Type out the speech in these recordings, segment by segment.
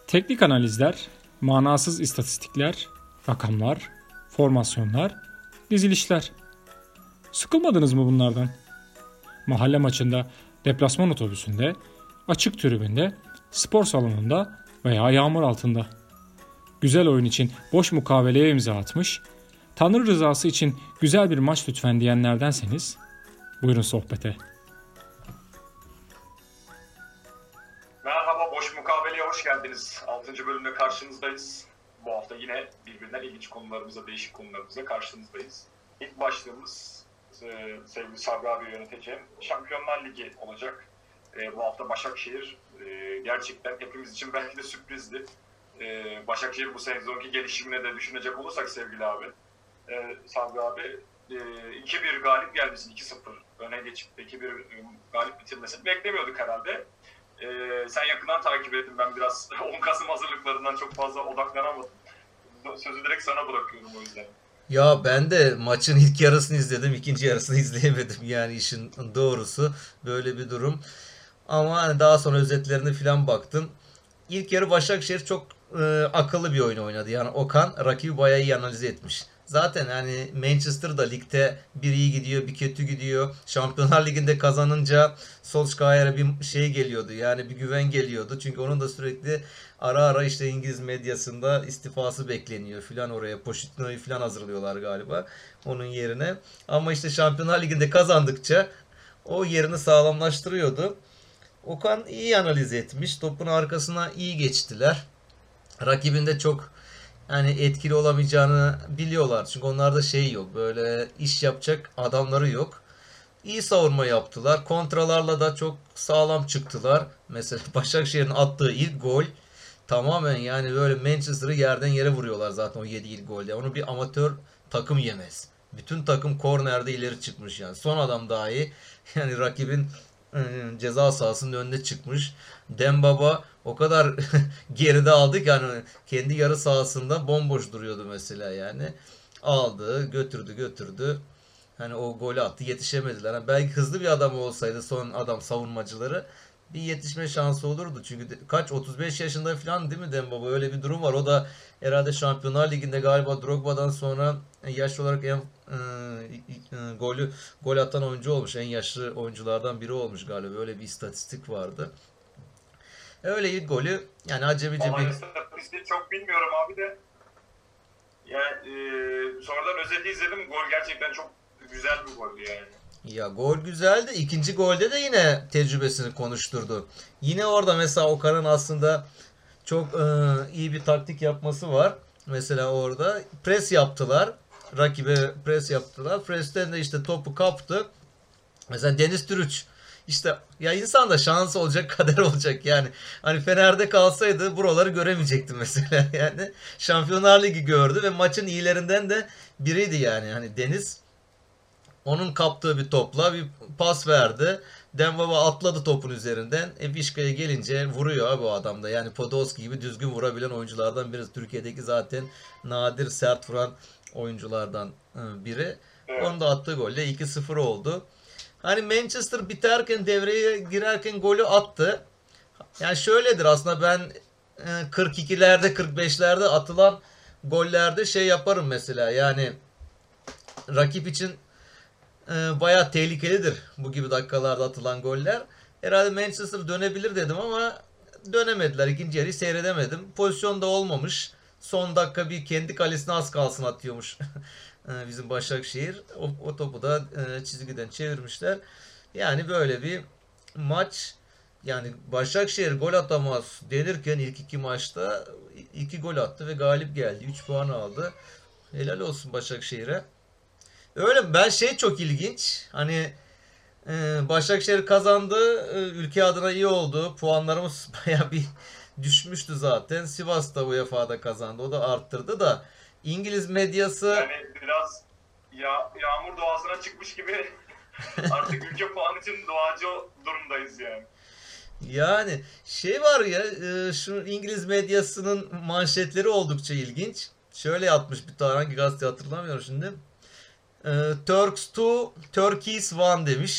Teknik analizler, manasız istatistikler, rakamlar, formasyonlar, dizilişler. Sıkılmadınız mı bunlardan? Mahalle maçında, deplasman otobüsünde, açık tribünde, spor salonunda veya yağmur altında. Güzel oyun için boş mukaveleye imza atmış, Tanrı rızası için güzel bir maç lütfen diyenlerdenseniz, buyurun sohbete. Merhaba, Boş Mukabele'ye hoş geldiniz. 6. bölümde karşınızdayız. Bu hafta yine birbirinden ilginç konularımıza, değişik konularımıza karşınızdayız. İlk başlığımız sevgili Sabri abi yöneteceğim Şampiyonlar Ligi olacak. Bu hafta Başakşehir gerçekten hepimiz için belki de sürprizdi. Başakşehir bu sezonki gelişimine de düşünecek olursak sevgili abi, Sabri abi 2-1 galip gelmesini, 2-0 öne geçip 2-1 galip bitirmesini beklemiyorduk herhalde. Sen yakından takip ettin. Ben biraz 10 Kasım hazırlıklarından çok fazla odaklanamadım. Sözü direkt sana bırakıyorum o yüzden. Ya ben de maçın ilk yarısını izledim, ikinci yarısını izleyemedim. Yani işin doğrusu böyle bir durum. Ama hani daha sonra özetlerine falan baktım. İlk yarı Başakşehir çok akıllı bir oyun oynadı. Yani Okan rakibi bayağı iyi analiz etmiş. Zaten hani Manchester'da ligde bir iyi gidiyor, bir kötü gidiyor. Şampiyonlar Ligi'nde kazanınca Solskjaer'e bir şey geliyordu. Yani bir güven geliyordu. Çünkü onun da sürekli ara ara işte İngiliz medyasında istifası bekleniyor filan, oraya Pochettino'yu filan hazırlıyorlar galiba onun yerine. Ama işte Şampiyonlar Ligi'nde kazandıkça o yerini sağlamlaştırıyordu. Okan iyi analiz etmiş. Topun arkasına iyi geçtiler. Rakibinde çok yani etkili olamayacağını biliyorlar. Çünkü onlarda şey yok. Böyle iş yapacak adamları yok. İyi savunma yaptılar. Kontralarla da çok sağlam çıktılar. Mesela Başakşehir'in attığı ilk gol tamamen yani böyle Manchester'ı yerden yere vuruyorlar zaten o yediği ilk golde. Onu bir amatör takım yemez. Bütün takım kornerde ileri çıkmış yani. Son adam dahi yani rakibin ceza sahasının önüne çıkmış. Dembaba o kadar geride aldı ki hani kendi yarı sahasında bomboş duruyordu mesela yani. Aldı, götürdü. Hani o golü attı, yetişemediler. Hani belki hızlı bir adam olsaydı son adam savunmacıları bir yetişme şansı olurdu. Çünkü kaç 35 yaşında falan değil mi Dembaba? Öyle bir durum var. O da herhalde Şampiyonlar Ligi'nde galiba Drogba'dan sonra yaş olarak en gol atan oyuncu olmuş. En yaşlı oyunculardan biri olmuş galiba. Öyle bir istatistik vardı. Öyle ilk golü yani acemice bir. Vallahi istatistiği çok bilmiyorum abi de. Yani sonradan özeti izledim. Gol gerçekten çok güzel bir goldü yani. Ya gol güzeldi. İkinci golde de yine tecrübesini konuşturdu. Yine orada mesela Okan'ın aslında çok iyi bir taktik yapması var. Mesela orada pres yaptılar. Rakibe pres yaptılar. Presten de işte topu kaptı. Mesela Deniz Türüç işte ya insan da şans olacak, kader olacak yani. Hani Fener'de kalsaydı buraları göremeyecekti mesela yani. Şampiyonlar Ligi gördü ve maçın iyilerinden de biriydi yani. Hani Deniz onun kaptığı bir topla bir pas verdi. Dembaba atladı topun üzerinden. Vişka'ya gelince vuruyor abi o adam da. Yani Podolski gibi düzgün vurabilen oyunculardan birisi. Türkiye'deki zaten nadir sert vuran oyunculardan biri. Evet. Onun da attığı golle 2-0 oldu. Hani Manchester biterken devreye girerken golü attı. Yani şöyledir aslında ben 42'lerde 45'lerde atılan gollerde şey yaparım mesela. Yani rakip için bayağı tehlikelidir bu gibi dakikalarda atılan goller. Herhalde Manchester dönebilir dedim ama dönemediler. İkinci yarıyı seyredemedim. Pozisyon da olmamış. Son dakika bir kendi kalesine az kalsın atıyormuş bizim Başakşehir. O topu da çizgiden çevirmişler. Yani böyle bir maç. Yani Başakşehir gol atamaz denirken ilk iki maçta iki gol attı ve galip geldi. 3 puan aldı. Helal olsun Başakşehir'e. Öyle ben şey çok ilginç. Hani Başakşehir kazandı. Ülke adına iyi oldu. Puanlarımız baya bir düşmüştü zaten. Sivas da UEFA'da kazandı. O da arttırdı da İngiliz medyası. Yani biraz yağmur doğasına çıkmış gibi artık ülke puan için doğacı durumdayız yani. Yani şey var ya, şu İngiliz medyasının manşetleri oldukça ilginç. Şöyle yapmış bir tane, hangi gazete hatırlamıyorum şimdi. Turks 2, Turkeys 1 demiş.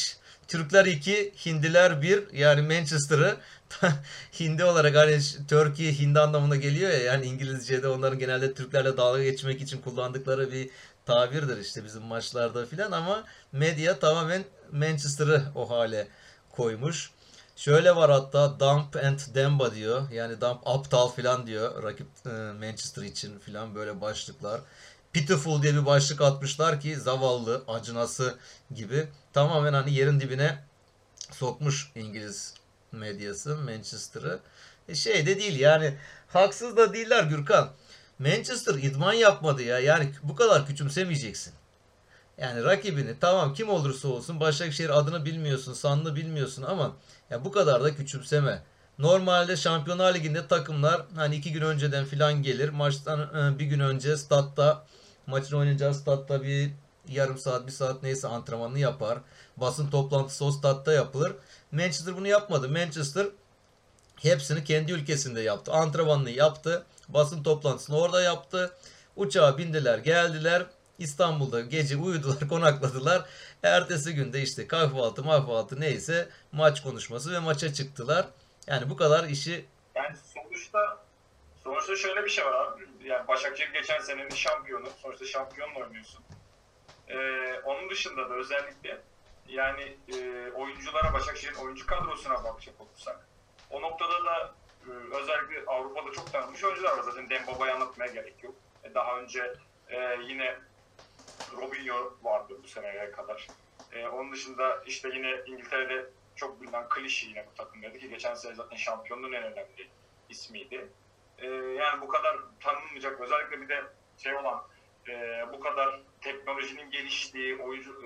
Türkler 2, Hindiler 1. Yani Manchester'ı Hindi olarak hani Türkiye Hindi anlamına geliyor ya. Yani İngilizce'de onların genelde Türklerle dalga geçmek için kullandıkları bir tabirdir işte bizim maçlarda filan ama medya tamamen Manchester'ı o hale koymuş. Şöyle var hatta Dump and Demba diyor. Yani Dump aptal filan diyor rakip Manchester için filan böyle başlıklar. Pitiful diye bir başlık atmışlar ki zavallı, acınası gibi. Tamamen hani yerin dibine sokmuş İngiliz medyası Manchester'ı. Şey de değil yani haksız da değiller Gürkan. Manchester idman yapmadı ya. Yani bu kadar küçümsemeyeceksin. Yani rakibini tamam kim olursa olsun Başakşehir adını bilmiyorsun, sanını bilmiyorsun ama ya bu kadar da küçümseme. Normalde Şampiyonlar Ligi'nde takımlar hani 2 gün önceden filan gelir. Maçtan bir gün önce statta maçın oynayacağı statta bir yarım saat, bir saat neyse antrenmanını yapar. Basın toplantısı o statta yapılır. Manchester bunu yapmadı. Manchester hepsini kendi ülkesinde yaptı. Antrenmanını yaptı. Basın toplantısını orada yaptı. Uçağa bindiler, geldiler. İstanbul'da gece uyudular, konakladılar. Ertesi günde işte kahvaltı neyse maç konuşması ve maça çıktılar. Yani bu kadar işi Yani sonuçta şöyle bir şey var abi. Yani Başakşehir geçen senenin şampiyonu. Sonuçta şampiyonla oynuyorsun. Onun dışında da özellikle yani oyunculara, Başakşehir'in oyuncu kadrosuna bakacak olursak. O noktada da özellikle Avrupa'da çok tanınmış oyuncular var. Zaten Dembaba'yı anlatmaya gerek yok. Daha önce yine Robinho vardı bu seneye kadar. Onun dışında işte yine İngiltere'de çok bilinen Klişi yine bu takımdaydı ki geçen sene zaten şampiyonluğun en önemli ismiydi. Yani bu kadar tanınmayacak özellikle bir de şey olan bu kadar teknolojinin geliştiği oyuncu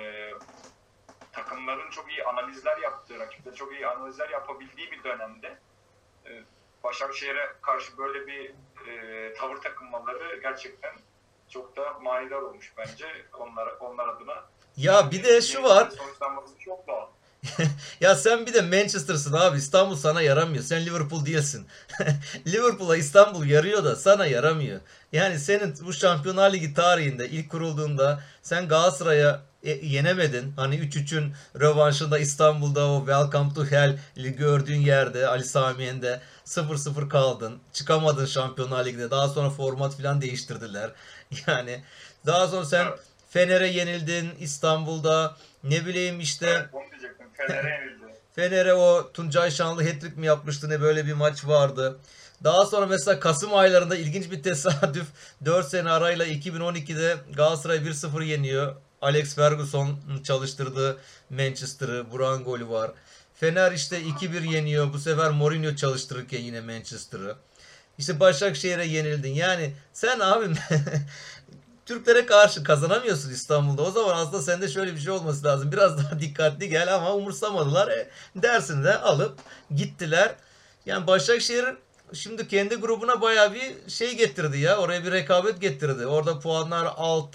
takımların çok iyi analizler yaptığı, rakiplerin çok iyi analizler yapabildiği bir dönemde Başakşehir'e karşı böyle bir tavır takınmaları gerçekten çok da manidar olmuş bence onlar adına. ya bir de şu var. Sonuçlanması çok doğal. Ya sen bir de Manchester'sın abi. İstanbul sana yaramıyor. Sen Liverpool değilsin. Liverpool'a İstanbul yarıyor da sana yaramıyor. Yani senin bu Şampiyonlar Ligi tarihinde ilk kurulduğunda sen Galatasaray'a yenemedin. Hani 3-3'ün rövanşında İstanbul'da o Welcome to Hell gördüğün yerde Ali Sami Yen'de 0-0 kaldın. Çıkamadın Şampiyonlar Ligi'de. Daha sonra format falan değiştirdiler. Yani daha sonra sen Evet. Fener'e yenildin İstanbul'da. Ne bileyim işte Evet, onu diyecektim. Fener'e yenildi. Fener'e o Tuncay Şanlı hat-trick mi yapmıştı ne böyle bir maç vardı. Daha sonra mesela Kasım aylarında ilginç bir tesadüf 4 sene arayla 2012'de Galatasaray 1-0 yeniyor. Alex Ferguson çalıştırdığı Manchester'ı. Burak'ın golü var. Fener işte 2-1 yeniyor. Bu sefer Mourinho çalıştırırken yine Manchester'ı. İşte Başakşehir'e yenildin. Yani sen abi Türklere karşı kazanamıyorsun İstanbul'da. O zaman aslında sende şöyle bir şey olması lazım. Biraz daha dikkatli gel ama umursamadılar. Dersini de alıp gittiler. Yani Başakşehir şimdi kendi grubuna bayağı bir şey getirdi ya. Oraya bir rekabet getirdi. Orada puanlar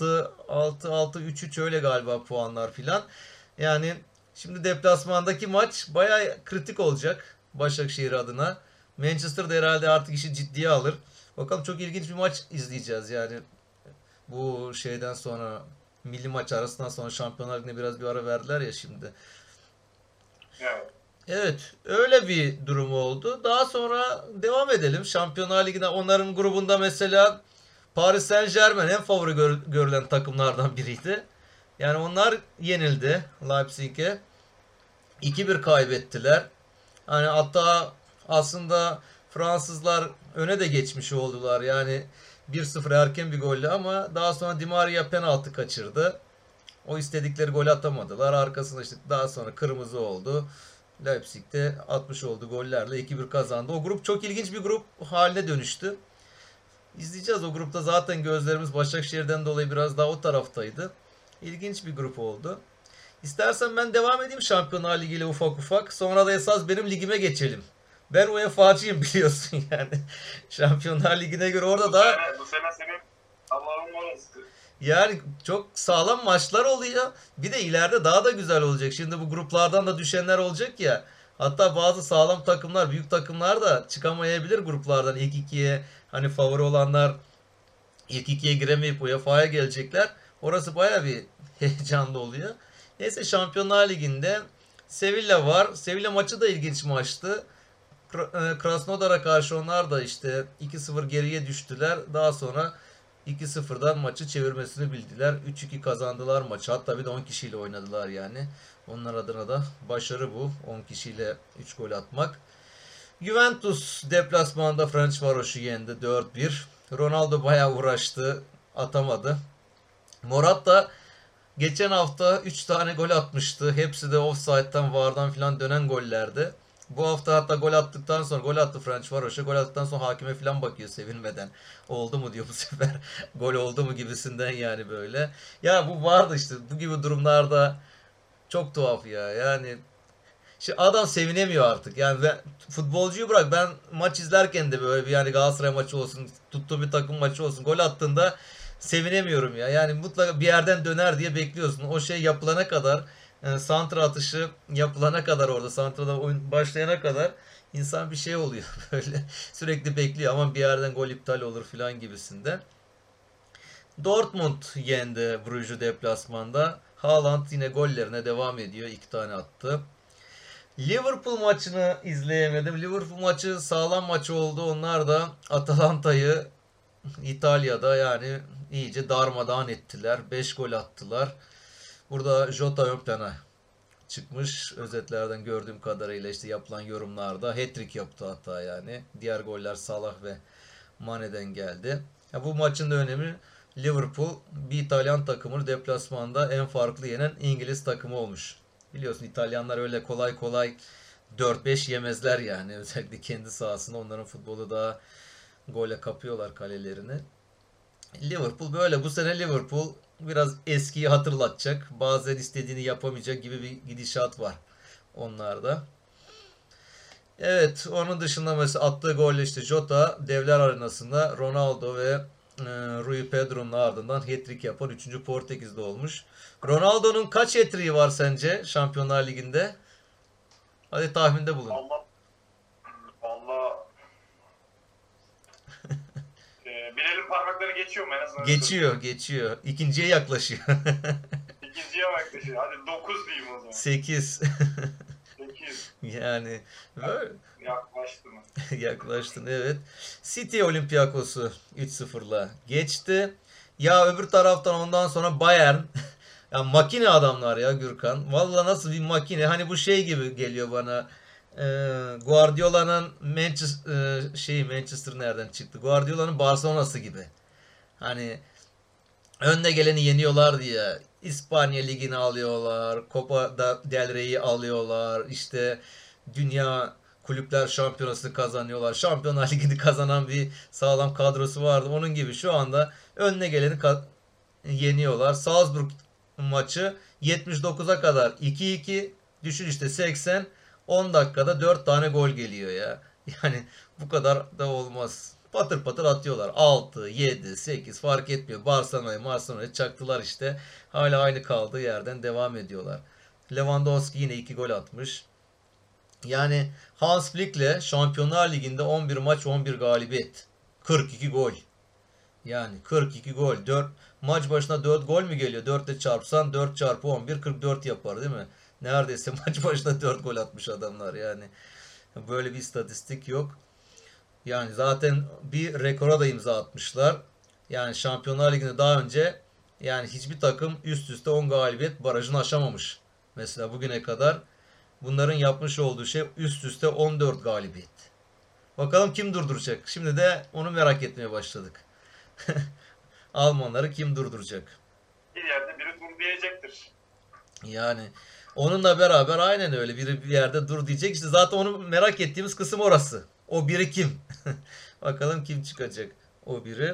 6-6-3-3 öyle galiba puanlar filan. Yani şimdi deplasmandaki maç bayağı kritik olacak Başakşehir adına. Manchester de herhalde artık işi ciddiye alır. Bakalım çok ilginç bir maç izleyeceğiz yani. Bu şeyden sonra milli maç arasından sonra Şampiyonlar Ligi'ne biraz bir ara verdiler ya şimdi. Evet. Evet, öyle bir durum oldu. Daha sonra devam edelim. Şampiyonlar Ligi'ne onların grubunda mesela Paris Saint-Germain en favori görülen takımlardan biriydi. Yani onlar yenildi Leipzig'e. 2-1 kaybettiler. Hani hatta aslında Fransızlar öne de geçmiş oldular. Yani 1-0 erken bir golle ama daha sonra Di Maria penaltı kaçırdı. O istedikleri golü atamadılar. Arkasında işte daha sonra kırmızı oldu. Leipzig'te atmış olduğu gollerle 2-1 kazandı. O grup çok ilginç bir grup haline dönüştü. İzleyeceğiz. O grupta zaten gözlerimiz Başakşehir'den dolayı biraz daha o taraftaydı. İlginç bir grup oldu. İstersen ben devam edeyim Şampiyonlar Ligi ile ufak ufak. Sonra da esas benim ligime geçelim. Ben UEFA'cıyım biliyorsun yani. Şampiyonlar Ligi'ne göre orada da Bu sene senin Allah'ın orası. yani çok sağlam maçlar oluyor. Bir de ileride daha da güzel olacak. Şimdi bu gruplardan da düşenler olacak ya. Hatta bazı sağlam takımlar, büyük takımlar da çıkamayabilir gruplardan ilk ikiye. Hani favori olanlar ilk ikiye giremeyip UEFA'ya gelecekler. Orası baya bir heyecanlı oluyor. Neyse Şampiyonlar Ligi'nde Sevilla var. Sevilla maçı da ilginç maçtı. Krasnodar'a karşı onlar da işte 2-0 geriye düştüler. Daha sonra 2-0'dan maçı çevirmesini bildiler. 3-2 kazandılar maçı. Hatta bir de 10 kişiyle oynadılar yani. Onlar adına da başarı bu. 10 kişiyle 3 gol atmak. Juventus deplasmanda Ferencvaros'u yendi 4-1. Ronaldo bayağı uğraştı. Atamadı. Morata geçen hafta 3 tane gol atmıştı. Hepsi de offside'dan, VAR'dan filan dönen gollerdi. Bu hafta hatta gol attıktan sonra gol attı Ferencvaros'a. Gol attıktan sonra hakime filan bakıyor sevinmeden. Oldu mu diyor bu sefer. Gol oldu mu gibisinden yani böyle. Ya bu vardı işte bu gibi durumlarda çok tuhaf ya. Yani şimdi adam sevinemiyor artık. Yani ben futbolcuyu bırak ben maç izlerken de böyle bir yani Galatasaray maçı olsun, tuttuğum bir takım maçı olsun gol attığında sevinemiyorum ya. Yani mutlaka bir yerden döner diye bekliyorsun. O şey yapılana kadar santra atışı yapılana kadar orada santrada oyun başlayana kadar insan bir şey oluyor böyle sürekli bekliyor ama bir yerden gol iptal olur filan gibisinden. Dortmund yendi Bruges'i deplasmanda. Haaland yine gollerine devam ediyor. 2 tane attı. Liverpool maçını izleyemedim. Liverpool maçı sağlam maç oldu. Onlar da Atalanta'yı İtalya'da yani iyice darmadağın ettiler. 5 gol attılar. Burada Jota ön plana çıkmış. Özetlerden gördüğüm kadarıyla işte yapılan yorumlarda hat-trick yaptı hatta yani. Diğer goller Salah ve Mane'den geldi. Ya bu maçın da önemi Liverpool bir İtalyan takımını deplasmanda en farklı yenen İngiliz takımı olmuş. Biliyorsun İtalyanlar öyle kolay kolay 4-5 yemezler yani. Özellikle kendi sahasında onların futbolu daha gole kapıyorlar kalelerini. Liverpool böyle. Bu sene Liverpool biraz eskiyi hatırlatacak. Bazen istediğini yapamayacak gibi bir gidişat var onlarda. Evet, onun dışında mesela attığı golle işte Jota Devler Arenası'nda Ronaldo ve Rui Pedro'nun ardından hat-trick yapan 3. Portekizli olmuş. Ronaldo'nun kaç hat-trick'i var sence Şampiyonlar Ligi'nde? Hadi tahminde bulun. Valla bir elin parmakları geçiyor mu en azından? Geçiyor. İkinciye yaklaşıyor. İkinciye yaklaşıyor. Hadi 9 diyeyim o zaman. 8. 8. Yani böyle. Yaklaştı mı? Yaklaştın evet. City Olympiakos'u 3-0'la geçti. Ya öbür taraftan ondan sonra Bayern. Ya makine adamlar ya Gürkan. Valla nasıl bir makine. Hani bu şey gibi geliyor bana. Guardiola'nın Manchester nereden çıktı? Guardiola'nın Barcelona'sı gibi. Hani önde geleni yeniyorlar diye İspanya Ligi'ni alıyorlar. Copa del Rey'i alıyorlar. İşte Dünya Kulüpler Şampiyonası'nı kazanıyorlar. Şampiyonlar Ligi'ni kazanan bir sağlam kadrosu vardı. Onun gibi şu anda önüne geleni yeniyorlar. Salzburg maçı 79'a kadar 2-2 düşün işte 80 10 dakikada 4 tane gol geliyor ya. Yani bu kadar da olmaz. Patır patır atıyorlar. 6, 7, 8 fark etmiyor. Barcelona'ya çaktılar işte. Hala aynı kaldığı yerden devam ediyorlar. Lewandowski yine 2 gol atmış. Yani Hans Flick'le Şampiyonlar Ligi'nde 11 maç 11 galibiyet. 42 gol. Yani 42 gol. 4 maç başına 4 gol mü geliyor? 4 ile çarpsan 4 çarpı 11 44 yapar değil mi? Neredeyse maç başına 4 gol atmış adamlar yani. Böyle bir istatistik yok. Yani zaten bir rekora da imza atmışlar. Yani Şampiyonlar Ligi'nde daha önce yani hiçbir takım üst üste 10 galibiyet barajını aşamamış. Mesela bugüne kadar bunların yapmış olduğu şey üst üste 14 galibiyet. Bakalım kim durduracak? Şimdi de onu merak etmeye başladık. Almanları kim durduracak? Bir yerde biri dur diyecektir. Yani onunla beraber aynen öyle biri bir yerde dur diyecek. İşte zaten onu merak ettiğimiz kısım orası. O biri kim? Bakalım kim çıkacak o biri.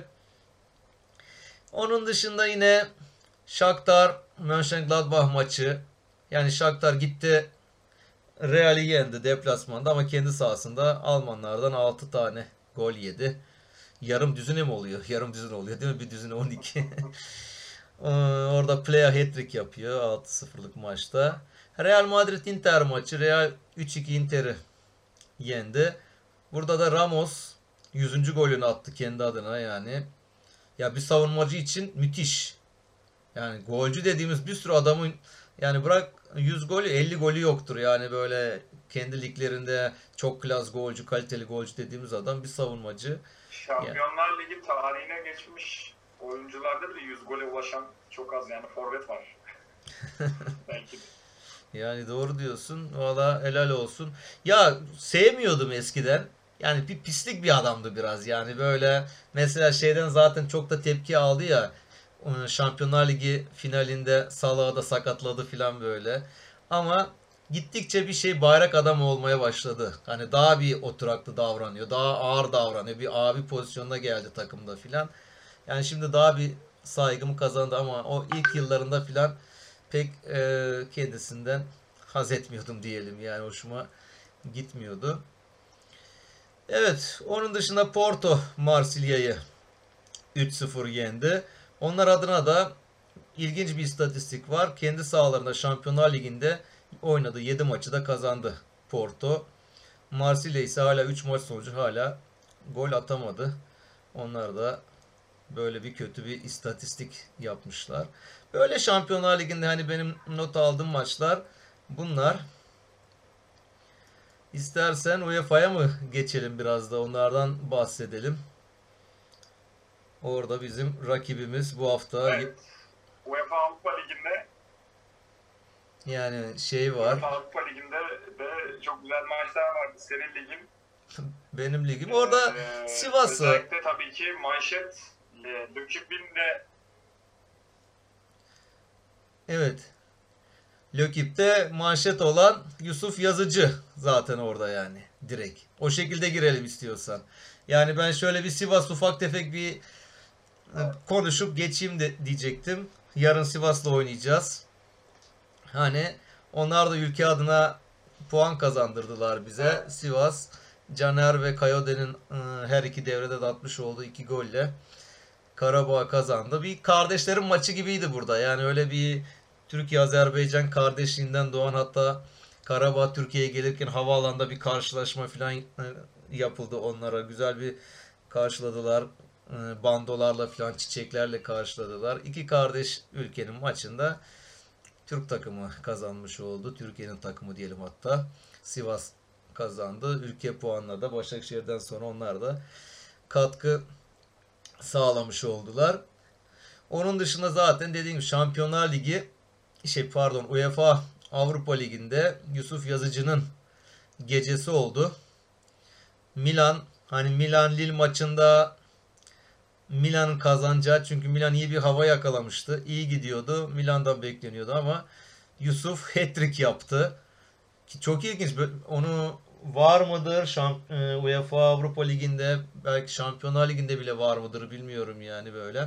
Onun dışında yine Shakhtar Mönchengladbach maçı. Yani Shakhtar gitti Real'i yendi deplasmanda ama kendi sahasında Almanlardan 6 tane gol yedi. Yarım düzine mi oluyor? Yarım düzine oluyor değil mi? Bir düzine 12. Orada Plea hat-trick yapıyor 6-0'lık maçta. Real Madrid Inter maçı. Real 3-2 Inter'i yendi. Burada da Ramos 100. golünü attı kendi adına yani. Ya bir savunmacı için müthiş. Yani golcü dediğimiz bir sürü adamın Yani bırak 100 golü 50 golü yoktur. Yani böyle kendi liglerinde çok klas golcü, kaliteli golcü dediğimiz adam bir savunmacı. Yani, Şampiyonlar Ligi tarihine geçmiş oyuncularda bile 100 gole ulaşan çok az yani forvet var. Belki de. yani doğru diyorsun. Valla helal olsun. Ya sevmiyordum eskiden. Yani bir pislik bir adamdı biraz. Yani böyle mesela şeyden zaten çok da tepki aldı ya. Şampiyonlar Ligi finalinde Salah'ı da sakatladı filan böyle. Ama gittikçe bir şey bayrak adamı olmaya başladı. Hani daha bir oturaklı davranıyor. Daha ağır davranıyor. Bir abi pozisyonuna geldi takımda filan. Yani şimdi daha bir saygımı kazandı ama o ilk yıllarında filan pek kendisinden haz etmiyordum diyelim. Yani hoşuma gitmiyordu. Evet, onun dışında Porto Marsilya'yı 3-0 yendi. Onlar adına da ilginç bir istatistik var. Kendi sahalarında Şampiyonlar Ligi'nde oynadığı 7 maçı da kazandı Porto. Marsilya ise hala 3 maç sonucu hala gol atamadı. Onlar da böyle bir kötü bir istatistik yapmışlar. Böyle Şampiyonlar Ligi'nde hani benim not aldığım maçlar bunlar. İstersen UEFA'ya mı geçelim, biraz da onlardan bahsedelim. Orada bizim rakibimiz bu hafta Evet. UEFA Avrupa Ligi'nde yani şey var. UEFA Avrupa Ligi'nde de çok güzel maçlar vardı. Senin ligin. Benim ligim. Orada Sivas'ı. Özellikle tabii ki manşet Löküp'ün Evet. Lökip'te manşet olan Yusuf Yazıcı zaten orada yani direkt. O şekilde girelim istiyorsan. Yani ben şöyle bir Sivas ufak tefek bir konuşup geçeyim de diyecektim. Yarın Sivas'la oynayacağız. Hani onlar da ülke adına puan kazandırdılar bize. Sivas, Caner ve Kayode'nin her iki devrede de atmış olduğu 2 golle Karabağ kazandı. Bir kardeşlerin maçı gibiydi burada. Yani öyle bir Türkiye-Azerbaycan kardeşliğinden doğan, hatta Karabağ Türkiye'ye gelirken havaalanında bir karşılaşma falan yapıldı onlara. Güzel bir karşıladılar. Bandolarla falan, çiçeklerle karşıladılar. İki kardeş ülkenin maçında Türk takımı kazanmış oldu. Türkiye'nin takımı diyelim hatta. Sivas kazandı. Ülke puanla da Başakşehir'den sonra onlar da katkı sağlamış oldular. Onun dışında zaten dediğim gibi Şampiyonlar Ligi UEFA Avrupa Ligi'nde Yusuf Yazıcı'nın gecesi oldu. Milan Lille maçında Milan'ın kazanacağı, çünkü Milan iyi bir hava yakalamıştı. İyi gidiyordu. Milan'dan bekleniyordu ama Yusuf hat-trick yaptı. Ki çok ilginç. Onu var mıdır UEFA Avrupa Ligi'nde, belki Şampiyonlar Ligi'nde bile var mıdır bilmiyorum yani böyle.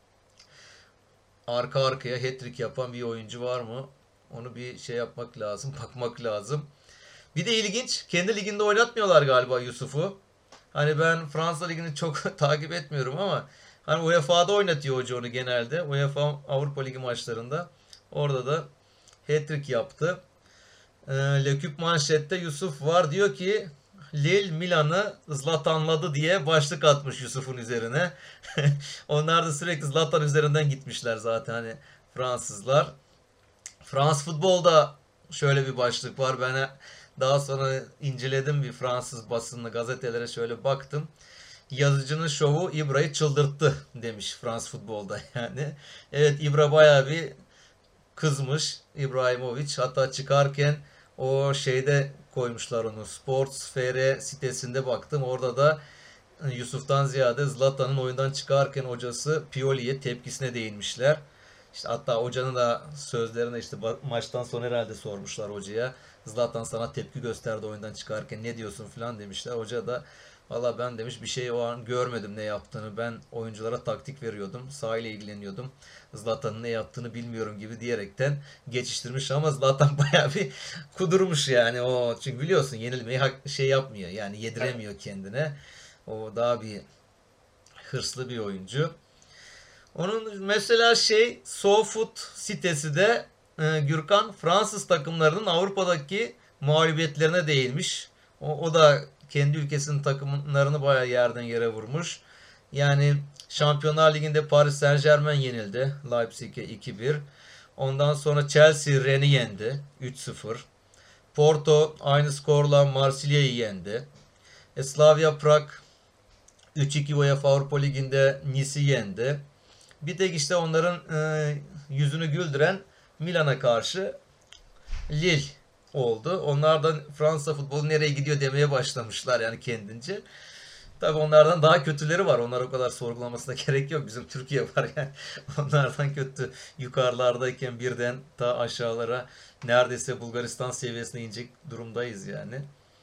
Arka arkaya hat-trick yapan bir oyuncu var mı? Onu bir şey yapmak lazım, bakmak lazım. Bir de ilginç, kendi liginde oynatmıyorlar galiba Yusuf'u. Hani ben Fransa Ligi'ni çok takip etmiyorum ama hani UEFA'da oynatıyor hoca onu genelde. UEFA Avrupa Ligi maçlarında. Orada da hat-trick yaptı. Leküp manşette Yusuf var, diyor ki Lille Milan'ı Zlatanladı diye başlık atmış Yusuf'un üzerine. Onlar da sürekli Zlatan üzerinden gitmişler zaten hani Fransızlar. Frans futbolda şöyle bir başlık var. Ben daha sonra inceledim, bir Fransız basınına, gazetelere şöyle baktım. Yazıcının şovu İbra'yı çıldırttı demiş Frans futbolda yani. Evet, İbra bayağı bir kızmış, İbrahimovic. Hatta çıkarken o şeyde koymuşlar onu. Sports FR sitesinde baktım. Orada da Yusuf'tan ziyade Zlatan'ın oyundan çıkarken hocası Pioli'ye tepkisine değinmişler. İşte hatta hocanın da sözlerine, işte maçtan sonra herhalde sormuşlar hocaya. Zlatan sana tepki gösterdi oyundan çıkarken, ne diyorsun falan demişler. Hoca da valla ben demiş bir şey o an görmedim ne yaptığını. Ben oyunculara taktik veriyordum. Sahayla ilgileniyordum. Zlatan'ın ne yaptığını bilmiyorum gibi diyerekten geçiştirmiş ama Zlatan bayağı bir kudurmuş yani. O çünkü biliyorsun yenilmeyi şey yapmıyor. Yani yediremiyor kendine. O daha bir hırslı bir oyuncu. Onun mesela SoFoot sitesi de Gürkan Fransız takımlarının Avrupa'daki mağlubiyetlerine değinmiş. O da kendi ülkesinin takımlarını bayağı yerden yere vurmuş. Yani Şampiyonlar Ligi'nde Paris Saint-Germain yenildi Leipzig'e 2-1. Ondan sonra Chelsea Rennes'i yendi 3-0. Porto aynı skorla Marsilya'yı yendi. Slavia Prag 3-2 UEFA Avrupa Ligi'nde Nice'i yendi. Bir tek işte onların yüzünü güldüren Milan'a karşı Lille oldu. Onlar da Fransa futbolu nereye gidiyor demeye başlamışlar yani kendince. Tabii onlardan daha kötüleri var. Onlar o kadar sorgulamasına gerek yok. Bizim Türkiye var yani. Onlardan kötü. Yukarılardayken birden ta aşağılara neredeyse Bulgaristan seviyesine inecek durumdayız yani.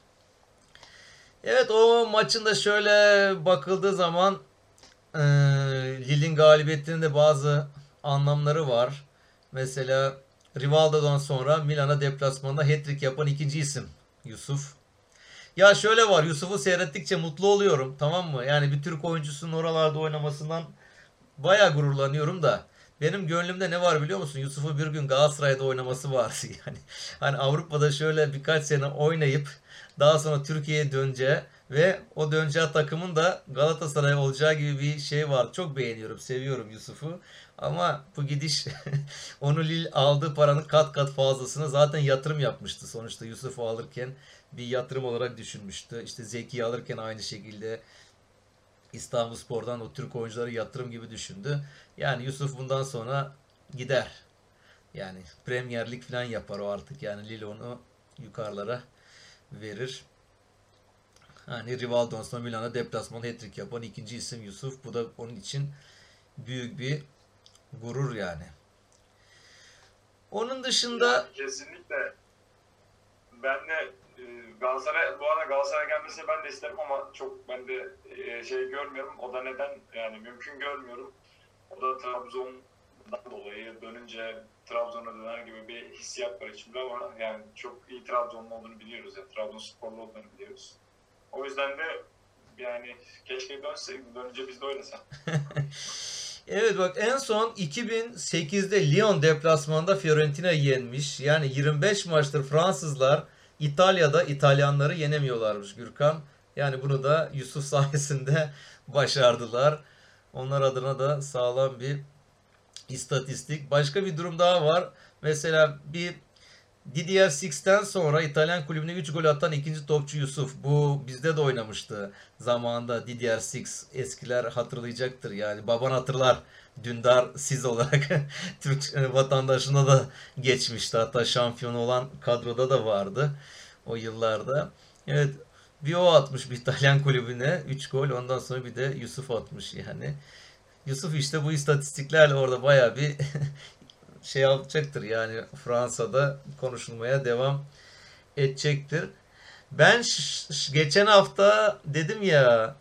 Evet, o maçın da şöyle bakıldığı zaman Lille'in galibiyetinin de bazı anlamları var. Mesela Rivaldo'dan sonra Milan'a deplasmanda hat-trick yapan ikinci isim Yusuf. Ya şöyle var, Yusuf'u seyrettikçe mutlu oluyorum, tamam mı? Yani bir Türk oyuncusunun oralarda oynamasından bayağı gururlanıyorum da. Benim gönlümde ne var biliyor musun? Yusuf'u bir gün Galatasaray'da oynaması vardı yani. Hani Avrupa'da şöyle birkaç sene oynayıp daha sonra Türkiye'ye döneceği ve o döneceği takımın da Galatasaray olacağı gibi bir şey var. Çok beğeniyorum, seviyorum Yusuf'u. Ama bu gidiş onu Lille aldığı paranın kat kat fazlasını zaten yatırım yapmıştı. Sonuçta Yusuf'u alırken bir yatırım olarak düşünmüştü. İşte Zeki'yi alırken aynı şekilde İstanbulspor'dan o Türk oyuncuları yatırım gibi düşündü. Yani Yusuf bundan sonra gider. Yani Premier Lig falan yapar o artık. Yani Lille onu yukarılara verir. Hani Rivaldo'dan sonra Milan'a deplasman hat-trick yapan ikinci isim Yusuf. Bu da onun için büyük bir gurur yani. Onun dışında yani kesinlikle ben de Galatasaray, bu arada Galatasaray gelmesini ben de isterim ama çok ben de şey görmüyorum. O da neden yani mümkün görmüyorum. O da Trabzon'dan dolayı dönünce Trabzon'a döner gibi bir hissiyat var içimde ama yani çok iyi Trabzonlu olduğunu biliyoruz ya. Trabzonsporlu olduğunu biliyoruz. O yüzden de yani keşke dönünce biz de oynasak. evet bak, en son 2008'de Lyon deplasmanında Fiorentina'yı yenmiş. Yani 25 maçtır Fransızlar İtalya'da İtalyanları yenemiyorlarmış Gürkan. Yani bunu da Yusuf sayesinde başardılar. Onlar adına da sağlam bir istatistik. Başka bir durum daha var. Mesela bir Didier Six'ten sonra İtalyan kulübüne 3 gol atan ikinci topçu Yusuf. Bu bizde de oynamıştı zamanında Didier Six. Eskiler hatırlayacaktır yani. Baban hatırlar. Dündar Siz olarak Türk vatandaşına da geçmişti. Hatta şampiyon olan kadroda da vardı o yıllarda. Evet, bir o atmış bir İtalyan kulübüne 3 gol. Ondan sonra bir de Yusuf atmış yani. Yusuf işte bu istatistiklerle orada bayağı bir şey yapacaktır yani, Fransa'da konuşulmaya devam edecektir. Ben geçen hafta dedim ya,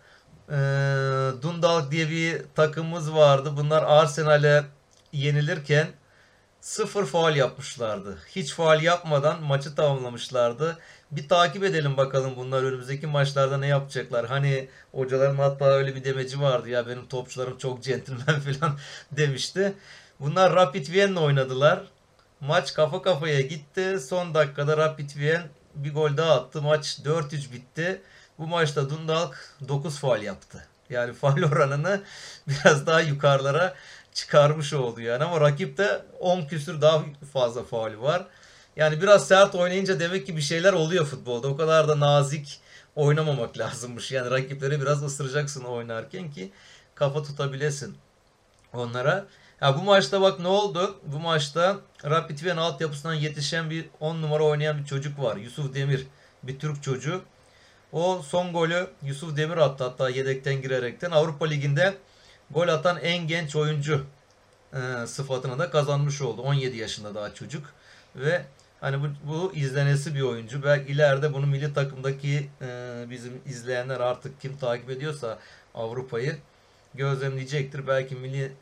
Dundalk diye bir takımımız vardı. Bunlar Arsenal'e yenilirken sıfır faul yapmışlardı. Hiç faul yapmadan maçı tamamlamışlardı. Bir takip edelim bakalım bunlar önümüzdeki maçlarda ne yapacaklar. Hani hocaların hatta öyle bir demeci vardı ya, benim topçularım çok centilmen falan demişti. Bunlar Rapid Vienna oynadılar. Maç kafa kafaya gitti. Son dakikada Rapid Wien bir gol daha attı. Maç 4-3 bitti. Bu maçta Dundalk 9 faul yaptı. Yani faul oranını biraz daha yukarılara çıkarmış oldu yani. Ama rakipte 10 küsür daha fazla faul var. Yani biraz sert oynayınca demek ki bir şeyler oluyor futbolda. O kadar da nazik oynamamak lazımmış. Yani rakipleri biraz ısıracaksın oynarken ki kafa tutabilesin onlara. Ya bu maçta bak ne oldu? Bu maçta Rapid Wien altyapısından yetişen bir 10 numara oynayan bir çocuk var. Yusuf Demir. Bir Türk çocuğu. O son golü Yusuf Demir attı, hatta yedekten girerekten. Avrupa Ligi'nde gol atan en genç oyuncu sıfatını da kazanmış oldu. 17 yaşında daha çocuk. Ve hani bu izlenesi bir oyuncu. Belki ileride bunu milli takımdaki bizim izleyenler, artık kim takip ediyorsa Avrupa'yı gözlemleyecektir. Belki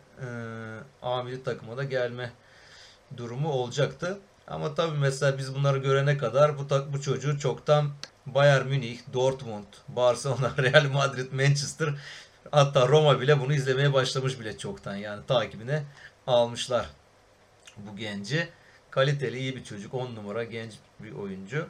A milli takıma da gelme durumu olacaktı. Ama tabii mesela biz bunları görene kadar bu çocuğu çoktan Bayern Münih, Dortmund, Barcelona, Real Madrid, Manchester, hatta Roma bile bunu izlemeye başlamış bile çoktan. Yani takibine almışlar bu genci. Kaliteli, iyi bir çocuk. 10 numara genç bir oyuncu.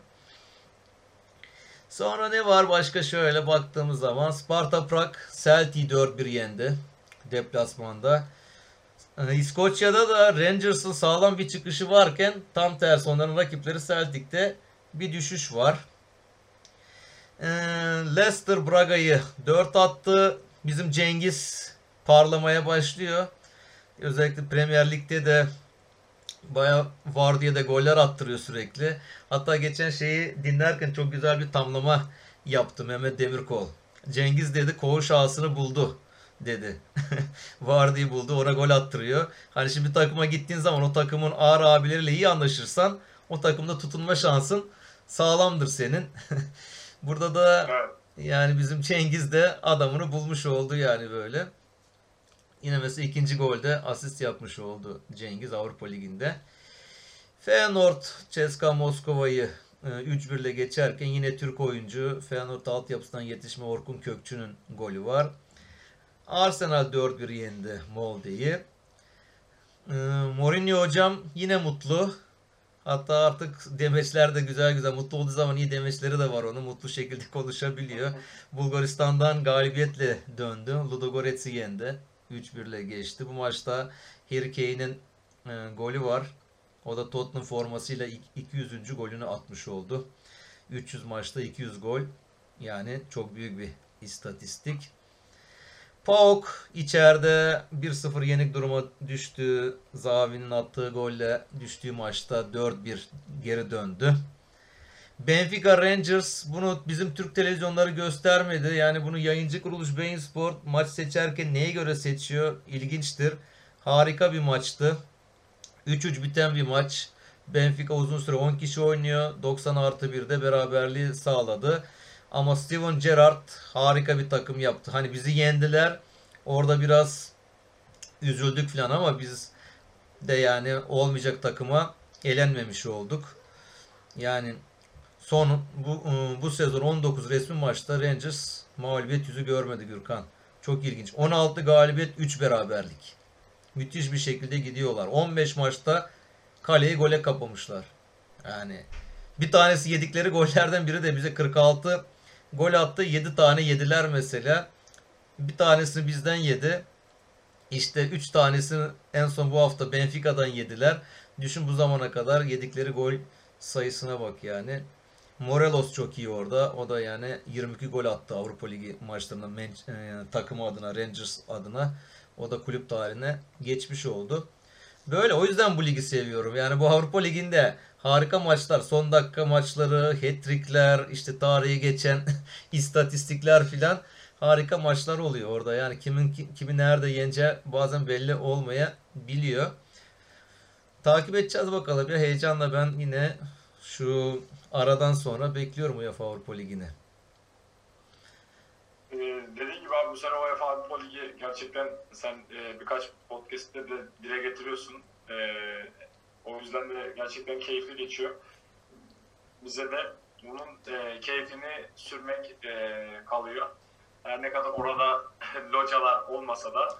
Sonra ne var başka, şöyle baktığımız zaman Sparta Prag Celtic'i 4-1 yendi deplasmanda. İskoçya'da da Rangers'ın sağlam bir çıkışı varken tam tersi onların rakipleri Celtic'te bir düşüş var. Leicester Braga'yı 4 attı. Bizim Cengiz parlamaya başlıyor. Özellikle Premier Lig'de de bayağı var diye de goller attırıyor sürekli. Hatta geçen şeyi dinlerken çok güzel bir tamlama yaptı Mehmet Demirkol. Cengiz dedi koğuş ağasını buldu dedi. Vardy'yi buldu, ona gol attırıyor. Hani şimdi bir takıma gittiğin zaman o takımın ağır abileriyle iyi anlaşırsan o takımda tutunma şansın sağlamdır senin. Burada da Evet. yani bizim Cengiz de adamını bulmuş oldu yani böyle. Yine mesela ikinci golde asist yapmış oldu Cengiz Avrupa Ligi'nde. Feyenoord CSKA Moskova'yı 3-1 ile geçerken yine Türk oyuncu Feyenoord altyapısından yetişme Orkun Kökçü'nün golü var. Arsenal 4-1 yendi Molde'yi. Mourinho hocam yine mutlu. Hatta artık demeçler de güzel güzel. Mutlu olduğu zaman iyi demeçleri de var onun. Mutlu şekilde konuşabiliyor. Bulgaristan'dan galibiyetle döndü. Ludogorets'i yendi. 3-1 ile geçti. Bu maçta Harry Kane'in golü var. O da Tottenham formasıyla 200. golünü atmış oldu. 300 maçta 200 gol. Yani çok büyük bir istatistik. PAOK içeride 1-0 yenik duruma düştü. Zahavi'nin attığı golle düştüğü maçta 4-1 geri döndü. Benfica Rangers bunu bizim Türk televizyonları göstermedi. Yani bunu yayıncı kuruluş Bein Sport maç seçerken neye göre seçiyor? İlginçtir. Harika bir maçtı. 3-3 biten bir maç. Benfica uzun süre 10 kişi oynuyor. 90+1'de beraberliği sağladı. Ama Steven Gerrard harika bir takım yaptı. Hani bizi yendiler. Orada biraz üzüldük falan ama biz de yani olmayacak takıma elenmemiş olduk. Yani son bu sezon 19 resmi maçta Rangers mağlubiyet yüzü görmedi Gürkan. Çok ilginç. 16 galibiyet 3 beraberlik. Müthiş bir şekilde gidiyorlar. 15 maçta kaleyi gole kapamışlar. Yani bir tanesi yedikleri gollerden biri de bize 46 gol attı. 7 tane yediler mesela. Bir tanesini bizden yedi. İşte 3 tanesini en son bu hafta Benfica'dan yediler. Düşün bu zamana kadar yedikleri gol sayısına bak yani. Morelos çok iyi orada. O da yani 22 gol attı Avrupa Ligi maçlarında takımı adına, Rangers adına. O da kulüp tarihine geçmiş oldu. Böyle o yüzden bu ligi seviyorum. Yani bu Avrupa Ligi'nde harika maçlar, son dakika maçları, hat-trickler, işte tarihi geçen istatistikler filan harika maçlar oluyor orada. Yani kimi nerede yeneceği bazen belli olmayabiliyor. Takip edeceğiz bakalım ya, heyecanla ben yine şu aradan sonra bekliyorum UEFA Avrupa Ligi'ni. Dediğim gibi abi bu sene UEFA Avrupa Ligi gerçekten sen birkaç podcast'te de dile getiriyorsun. O yüzden de gerçekten keyifli geçiyor. Bize de bunun keyfini sürmek kalıyor. Her ne kadar orada localar olmasa da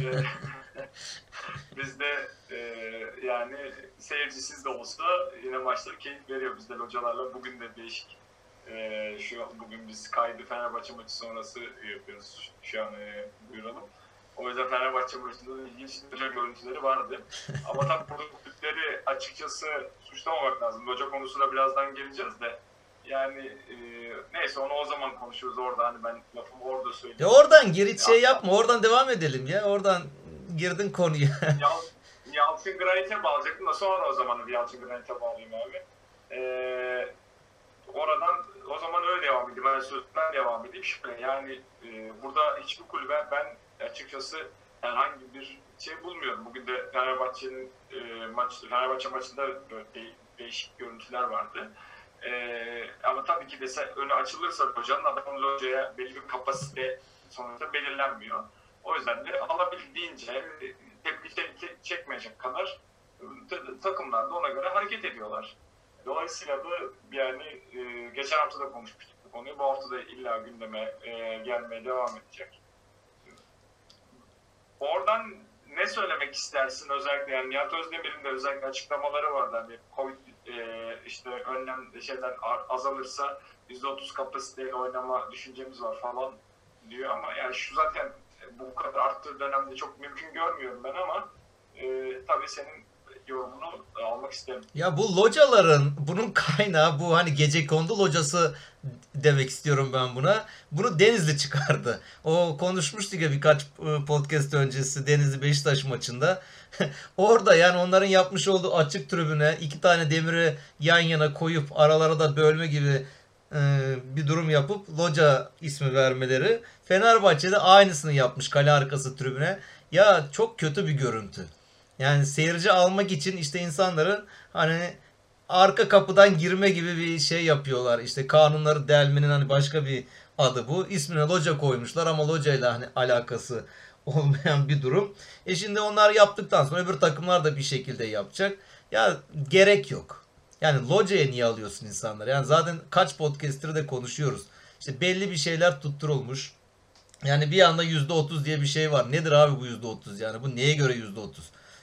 biz de yani seyircisiz de olsa yine maçları keyif veriyor. Biz de localarla bugün de değişik. Bugün biz kaydı Fenerbahçe maçı sonrası yapıyoruz. Şu an duyuralım. O yüzden Fenerbahçe maçında ilginç loca görüntüleri vardı. Ama tabii burada kulüpleri açıkçası suçlamamak lazım. Loca konusuna birazdan geleceğiz de. Yani neyse onu o zaman konuşuruz orada. Hani ben lafımı orada söyleyeyim. Ya oradan geri şey yapma. Oradan devam edelim ya. Oradan girdin konuya. Yalçın Granit'e bağlayacaktım da sonra o zaman bir Yalçın Granit'e bağlayayım abi. Oradan o zaman öyle devam edeyim. Ben sözden devam edeyim. Yani burada hiçbir kulübe ben açıkçası herhangi bir şey bulmuyorum. Bugün de Fenerbahçe'nin Fenerbahçe maçında değişik görüntüler vardı. Ama tabii ki de önü açılırsa hocanın adamın locaya belli bir kapasite sonuçta belirlenmiyor. O yüzden de alabildiğince tepki çekmeyecek kadar takımlar da ona göre hareket ediyorlar. Dolayısıyla da yani geçen hafta da konuşmuştuk bu konuyu. Bu hafta da illa gündeme gelmeye devam edecek. Oradan ne söylemek istersin özellikle? Yani Nihat Özdemir'in de özellikle açıklamaları vardı. Hani Covid işte önlem şeyler azalırsa %30 kapasiteyle oynama düşüncemiz var falan diyor ama yani şu zaten bu kadar arttığı dönemde çok mümkün görmüyorum ben ama Tabii senin yorumunu almak isterim. Ya bu locaların bunun kaynağı bu hani gecekondu locası demek istiyorum ben buna. Bunu Denizli çıkardı. O konuşmuştuk ya birkaç podcast öncesi Denizli Beşiktaş maçında. Orada yani onların yapmış olduğu açık tribüne iki tane demiri yan yana koyup aralara da bölme gibi bir durum yapıp loca ismi vermeleri. Fenerbahçe'de aynısını yapmış kale arkası tribüne. Ya çok kötü bir görüntü. Yani seyirci almak için işte insanların hani arka kapıdan girme gibi bir şey yapıyorlar. İşte kanunları delmenin hani başka bir adı bu. İsmine loca koymuşlar ama locayla hani alakası olmayan bir durum. Şimdi onlar yaptıktan sonra öbür takımlar da bir şekilde yapacak. Ya gerek yok. Yani locaya niye alıyorsun insanları? Yani zaten kaç podcaster'ı da konuşuyoruz. İşte belli bir şeyler tutturulmuş. Yani bir anda %30 diye bir şey var. Nedir abi bu %30 yani? Bu neye göre %30?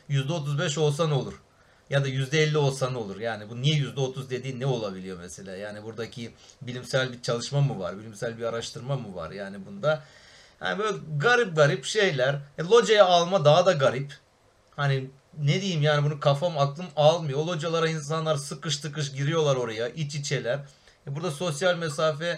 %35 olsa ne olur? Ya da %50 olsa ne olur? Yani bu niye %30 dediğin ne olabiliyor mesela? Yani buradaki bilimsel bir çalışma mı var? Bilimsel bir araştırma mı var? Yani bunda yani böyle garip garip şeyler. Locaya alma daha da garip. Hani ne diyeyim yani bunu kafam aklım almıyor. O localara insanlar sıkış tıkış giriyorlar oraya. İç içeler. Burada sosyal mesafe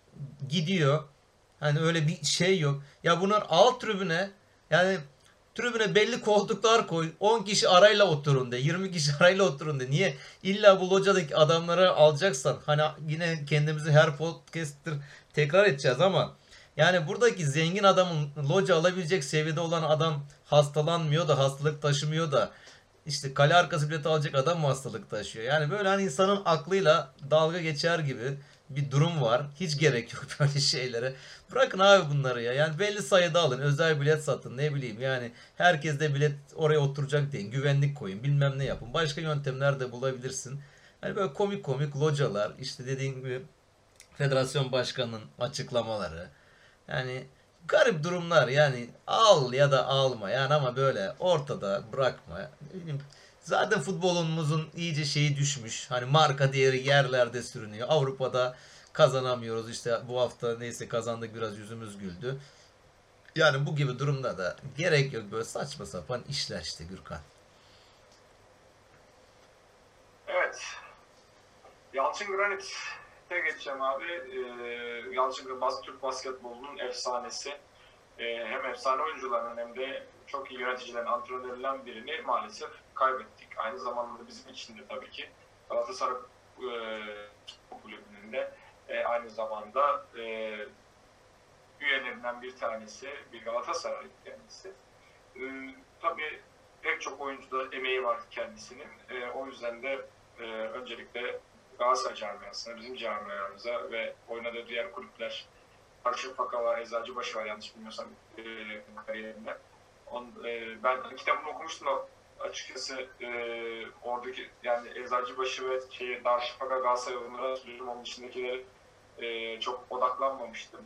gidiyor. Hani öyle bir şey yok. Ya bunlar alt tribüne yani tribüne belli koltuklar koy. 10 kişi arayla oturun de. 20 kişi arayla oturun de. Niye? İlla bu locadaki adamları alacaksan. Hani yine kendimizi her podcast'tir tekrar edeceğiz ama yani buradaki zengin adamın loca alabilecek seviyede olan adam hastalanmıyor da hastalık taşımıyor da işte kale arkası bileti alacak adam mı hastalık taşıyor? Yani böyle hani insanın aklıyla dalga geçer gibi bir durum var. Hiç gerek yok böyle şeylere. Bırakın abi bunları ya. Yani belli sayıda alın. Özel bilet satın. Ne bileyim yani. Herkes de bilet oraya oturacak deyin. Güvenlik koyun. Bilmem ne yapın. Başka yöntemler de bulabilirsin. Hani böyle komik komik localar. İşte dediğim gibi federasyon başkanının açıklamaları. Yani garip durumlar yani al ya da alma yani ama böyle ortada bırakma. Zaten futbolumuzun iyice şeyi düşmüş. Hani marka değeri yerlerde sürünüyor. Avrupa'da kazanamıyoruz. İşte bu hafta neyse kazandık biraz yüzümüz güldü. Yani bu gibi durumda da gerek yok böyle saçma sapan işler işte Gürkan. Evet. Yalçın Granit'e geçeceğim abi. Yalçın Granit Türk basketbolunun efsanesi. Hem efsane oyuncuların hem de çok iyi yöneticilerin, antrenörlerinden birini maalesef kaybettik. Aynı zamanda bizim için de tabii ki Galatasaray kulübünün de aynı zamanda üyelerinden bir tanesi, bir Galatasaray kendisi. Tabii pek çok oyuncuda emeği var kendisinin. O yüzden de öncelikle Galatasaray camiasına, bizim camiamıza ve oynadığı diğer kulüpler, Karşıyaka var, Eczacıbaşı var yanlış bilmiyorsam kariyerinde. Ben kitabını okumuştum da açıkçası oradaki yani Eczacıbaşı ve Darüşşafaka Galatasaray oyunlara sözüm onun içindekileri çok odaklanmamıştım.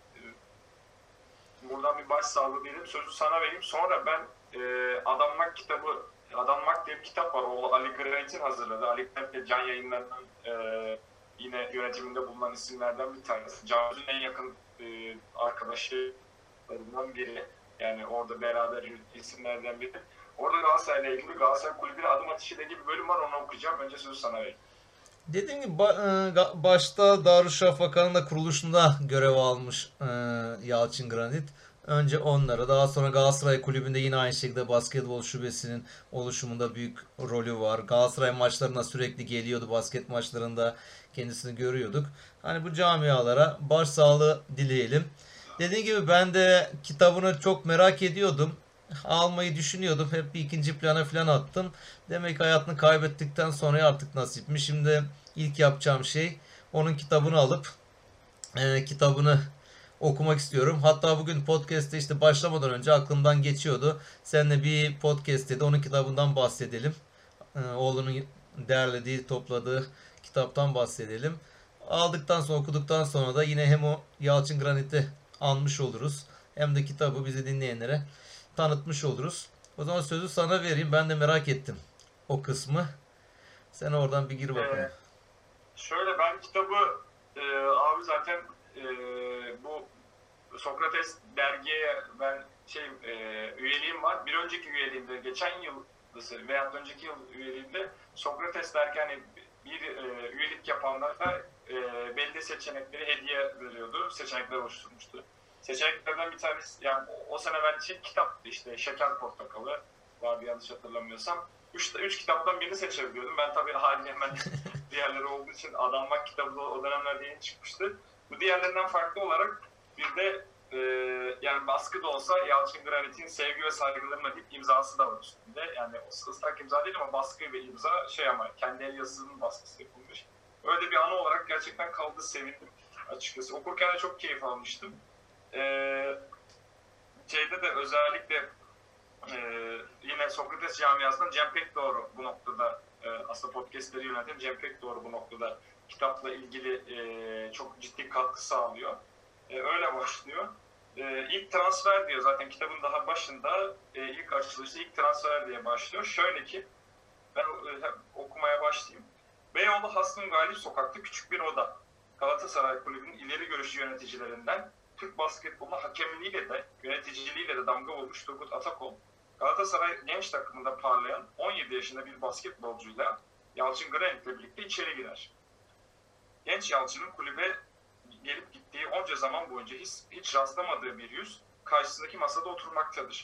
Buradan bir başsağlığı diyelim, sözü sana vereyim. Sonra ben Adanmak kitabı, Adanmak diye bir kitap var. O Ali Granit'in hazırladığı. Ali Granit'le Can Yayınları'nın yine yönetiminde bulunan isimlerden bir tanesi. Cansu'nun en yakın arkadaşlarından biri. Yani orada beraber isimlerden biri. Orada Galatasaray'la ilgili Galatasaray Kulübü'ne adım atışı ile ilgili bir bölüm var. Onu okuyacağım. Önce sözü sana vereyim. Dediğim gibi başta Darüşşafaka'nın da kuruluşunda görev almış Yalçın Granit. Önce onlara daha sonra Galatasaray Kulübü'nde yine aynı şekilde basketbol şubesinin oluşumunda büyük rolü var. Galatasaray maçlarına sürekli geliyordu. Basket maçlarında kendisini görüyorduk. Hani bu camialara başsağlığı dileyelim. Dediğim gibi ben de kitabını çok merak ediyordum. Almayı düşünüyordum. Hep bir ikinci plana falan attım. Demek ki hayatını kaybettikten sonra artık nasipmiş. Şimdi ilk yapacağım şey onun kitabını alıp kitabını okumak istiyorum. Hatta bugün podcast'te işte başlamadan önce aklımdan geçiyordu. Seninle bir podcast'te de onun kitabından bahsedelim. Oğlunun derlediği, topladığı kitaptan bahsedelim. Aldıktan sonra, okuduktan sonra da yine hem o Yalçın Granit'i anmış oluruz. Hem de kitabı bizi dinleyenlere tanıtmış oluruz. O zaman sözü sana vereyim. Ben de merak ettim o kısmı. Sen oradan bir gir bakalım. Şöyle ben kitabı abi zaten bu Sokrates dergiye ben üyeliğim var. Bir önceki üyeliğimde, geçen yıl veya önceki yıl üyeliğimde Sokrates derken hani bir üyelik yapanlara belli seçenekleri hediye veriyordu. Seçenekler oluşturmuştu. Seçeneklerden bir tanesi, yani o sene verdiği şey kitaptı işte. Şeker Portakalı vardı yanlış hatırlamıyorsam. Üç kitaptan birini seçebiliyordum. Ben tabii haliyle hemen diğerleri olduğu için Adanmak kitabı da o dönemlerde yeni çıkmıştı. Bu diğerlerinden farklı olarak bir de yani baskı da olsa Yalçın Granit'in sevgi ve saygılarımla deyip imzası da var üstünde. Yani o ıslak imza değil ama baskı ve imza ama kendi el yazısının baskısı yapılmış. Öyle bir anı olarak gerçekten kaldı, sevindim açıkçası. Okurken de çok keyif almıştım. Şeyde de özellikle yine Sokrates camiasından Cem Pekdoğru bu noktada aslında podcastleri yöneten Cem Pekdoğru bu noktada kitapla ilgili çok ciddi katkı sağlıyor. Öyle başlıyor. İlk transfer diyor zaten kitabın daha başında ilk açılışı ilk transfer diye başlıyor. Şöyle ki ben okumaya başlayayım. Beyoğlu Hasnun Galip Sokak'ta küçük bir oda. Galatasaray Kulübü'nün ileri görüşlü yöneticilerinden Türk basketboluna hakemliğiyle de yöneticiliğiyle de damga vurmuş Turgut Atakol, Galatasaray genç takımında parlayan 17 yaşında bir basketbolcuyla Yalçın Granit'le birlikte içeri girer. Genç Yalçın'ın kulübe gelip gittiği onca zaman boyunca hiç rastlamadığı bir yüz karşısındaki masada oturmaktadır.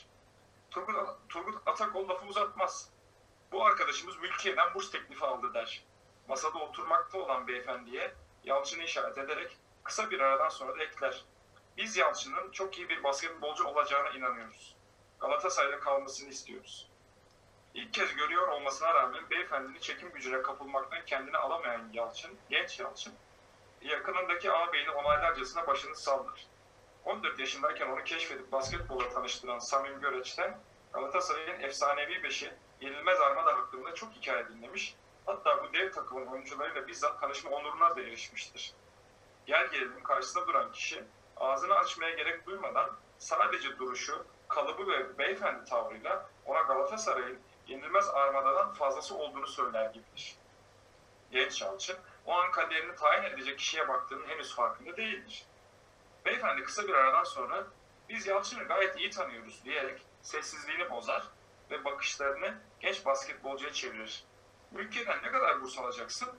Turgut Atakol lafı uzatmaz. Bu arkadaşımız Mülkiye'den burs teklifi aldı der. Masada oturmakta olan beyefendiye Yalçın'ı işaret ederek kısa bir aradan sonra da ekler. Biz Yalçın'ın çok iyi bir basketbolcu olacağına inanıyoruz. Galatasaray'da kalmasını istiyoruz. İlk kez görüyor olmasına rağmen beyefendinin çekim gücüne kapılmaktan kendini alamayan Yalçın, genç Yalçın, yakınındaki ağabeyle onaylarcasına başını sallar. 14 yaşındayken onu keşfedip basketbola tanıştıran Samim Göreç'ten Galatasaray'ın efsanevi beşi Yenilmez Armada hakkında çok hikaye dinlemiş, hatta bu dev takımın oyuncularıyla bizzat tanışma onuruna da erişmiştir. Gel gelelim karşısında duran kişi ağzını açmaya gerek duymadan sadece duruşu, kalıbı ve beyefendi tavrıyla ona Galatasaray'ın Yenilmez Armada'dan fazlası olduğunu söyler gibidir. Genç Yalçın o an kaderini tayin edecek kişiye baktığının henüz farkında değildir. Beyefendi kısa bir aradan sonra biz Yalçın'ı gayet iyi tanıyoruz diyerek sessizliğini bozar ve bakışlarını genç basketbolcuya çevirir. Ülkeden ne kadar burs alacaksın?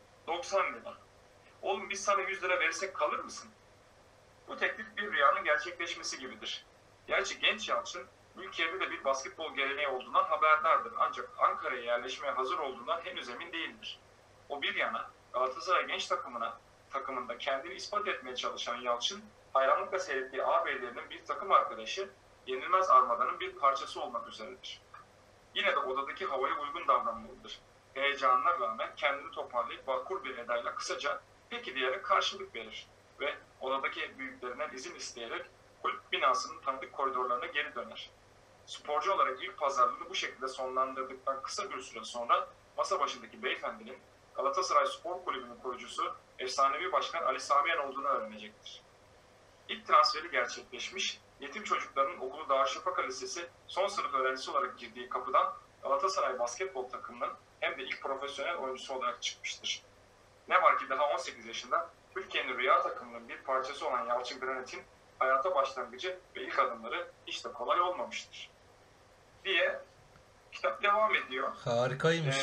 90 lira. Oğlum biz sana 100 lira verirsek kalır mısın? Bu teklif bir rüyanın gerçekleşmesi gibidir. Gerçi genç Yalçın ülkede de bir basketbol geleneği olduğundan haberdardır. Ancak Ankara'ya yerleşmeye hazır olduğundan henüz emin değildir. O bir yana Galatasaray genç takımında kendini ispat etmeye çalışan Yalçın, hayranlıkla seyrettiği ağabeylerinin bir takım arkadaşı Yenilmez Armada'nın bir parçası olmak üzeredir. Yine de odadaki havaya uygun davranmalıdır. Heyecanına rağmen kendini toparlayıp vakur bir edayla kısaca peki diyerek karşılık verir ve odadaki büyüklerinden izin isteyerek kulüp binasının tanıdık koridorlarına geri döner. Sporcu olarak ilk pazarlığını bu şekilde sonlandırdıktan kısa bir süre sonra masa başındaki beyefendinin Galatasaray Spor Kulübü'nün kurucusu efsanevi başkan Ali Samiyen olduğunu öğrenecektir. İlk transferi gerçekleşmiş, yetim çocukların okulu Darüşşafaka Lisesi son sınıf öğrencisi olarak girdiği kapıdan Galatasaray basketbol takımının hem de ilk profesyonel oyuncusu olarak çıkmıştır. Ne var ki daha 18 yaşında Türkiye'nin rüya takımının bir parçası olan Yalçın Granit'in hayata başlangıcı ve ilk adımları hiç de kolay olmamıştır. Diye kitap devam ediyor. Harikaymış.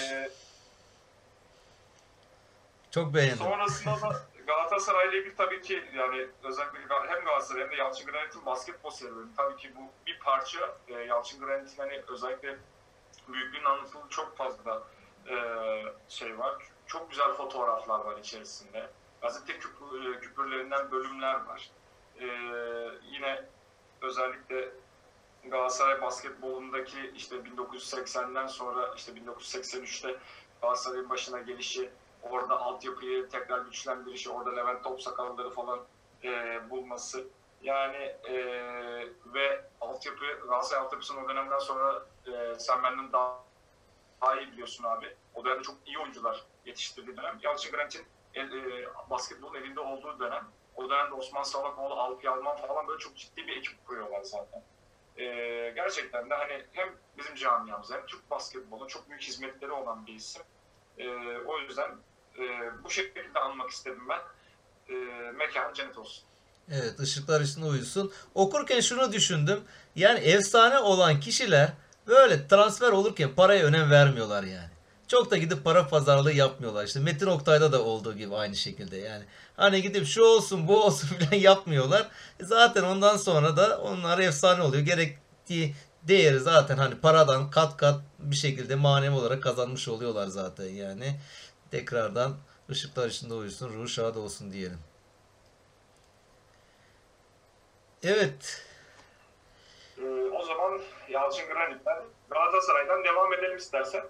Çok beğendim. Sonrasında da Galatasaray'la ilgili tabii ki yani özellikle hem Galatasaray hem de Yalçın Granit'in basketbol serüveni tabii ki bu bir parça. Yalçın Granit'in hani özellikle büyüklüğünün anlatıldığı çok fazla şey var. Çok güzel fotoğraflar var içerisinde. Gazete küpürlerinden bölümler var. Yine özellikle Galatasaray basketbolundaki işte 1980'den sonra işte 1983'te Galatasaray'ın başına gelişi, orada altyapıyı tekrar güçlendirişi, orada Levent Topsakalları falan bulması. Yani ve Galatasaray altyapısının o dönemden sonra sen benden daha iyi biliyorsun abi. O dönemde çok iyi oyuncular yetiştirdiği dönem. Yalçın Granit'in basketbolun elinde olduğu dönem. O dönemde Osman Salakoğlu, Alp Yalman falan böyle çok ciddi bir ekip kuruyorlar zaten. Gerçekten de hani hem bizim camiamıza hem Türk basketbolu çok büyük hizmetleri olan bir isim. O yüzden bu şekilde anmak istedim ben. Mekanı cennet olsun. Evet, ışıklar içinde uyusun. Okurken şunu düşündüm. Yani efsane olan kişiler böyle transfer olurken paraya önem vermiyorlar yani. Çok da gidip para pazarlığı yapmıyorlar. İşte Metin Oktay'da da olduğu gibi aynı şekilde yani. Hani gidip şu olsun bu olsun falan yapmıyorlar. Zaten ondan sonra da onlar efsane oluyor. Gerektiği değeri zaten hani paradan kat kat bir şekilde manevi olarak kazanmış oluyorlar zaten yani. Tekrardan ışıklar içinde uyusun, ruhu şad olsun diyelim. Evet. O zaman Yalçın Granit'ten Galatasaray'dan devam edelim istersen.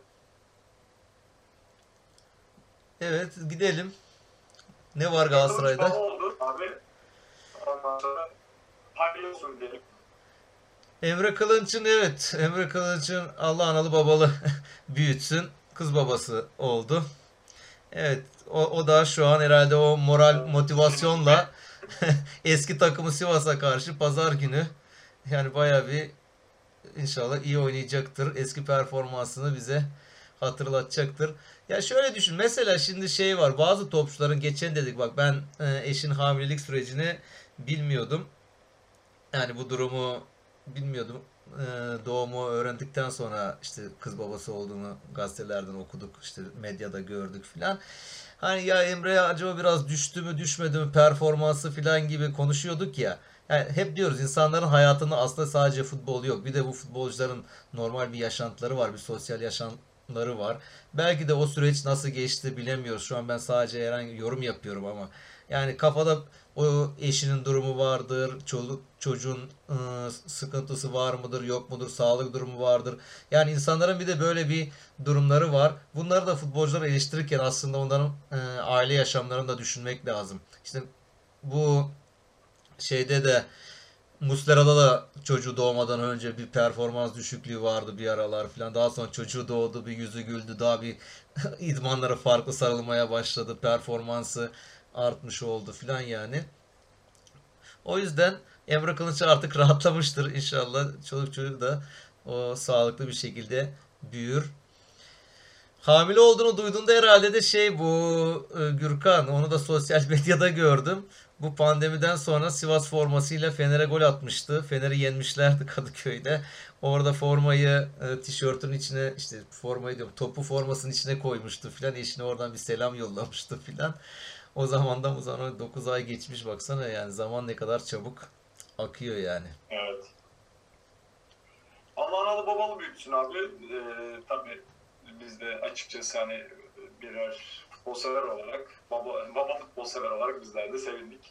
Evet, gidelim. Ne var Kılıç baba Galatasaray'da? oldu abi. Ondan sonra hayırlı olsun diyelim. Emre Kılınç'ın, evet. Emre Kılınç'ın Allah analı babalı büyütsün. Kız babası oldu. Evet, o da şu an herhalde o moral Sevindik. motivasyonla eski takımı Sivas'a karşı pazar günü yani bayağı bir İnşallah iyi oynayacaktır. Eski performansını bize hatırlatacaktır. Ya şöyle düşün. Mesela şimdi şey var. Bazı topçuların geçen dedik bak ben eşin hamilelik sürecini bilmiyordum. Yani bu durumu bilmiyordum. Doğumu öğrendikten sonra işte kız babası olduğunu gazetelerden okuduk. İşte medyada gördük filan. Hani ya Emre acaba biraz düştü mü düşmedi mi performansı filan gibi konuşuyorduk ya. Yani hep diyoruz insanların hayatında aslında sadece futbol yok. Bir de bu futbolcuların normal bir yaşantıları var, bir sosyal yaşamları var. Belki de o süreç nasıl geçti bilemiyoruz. Şu an ben sadece herhangi bir yorum yapıyorum ama yani kafada o eşinin durumu vardır, çoluk çocuğun sıkıntısı var mıdır, yok mudur, sağlık durumu vardır. Yani insanların bir de böyle bir durumları var. Bunları da futbolcular eleştirirken aslında onların aile yaşamlarını da düşünmek lazım. İşte bu şeyde de Muslera'da da çocuğu doğmadan önce bir performans düşüklüğü vardı bir aralar falan. Daha sonra çocuğu doğdu, bir yüzü güldü, daha bir idmanlara farklı sarılmaya başladı. Performansı artmış oldu falan yani. O yüzden Emre Kılıç artık rahatlamıştır. İnşallah çoluk çocuk da o sağlıklı bir şekilde büyür. Hamile olduğunu duyduğunda herhalde de şey bu Gürkan onu da sosyal medyada gördüm. Bu pandemiden sonra Sivas formasıyla Fener'e gol atmıştı. Fener'i yenmişlerdi Kadıköy'de. Orada formayı tişörtün içine işte formayı diyorum topu formasının içine koymuştu filan. Eşine oradan bir selam yollamıştı filan. O zamandan bu zamana 9 ay geçmiş baksana yani zaman ne kadar çabuk akıyor yani. Evet. Allah analı babalı büyütsün abi. Tabii biz de açıkçası hani birer futbol sever olarak, baba futbol sever olarak bizler de sevindik.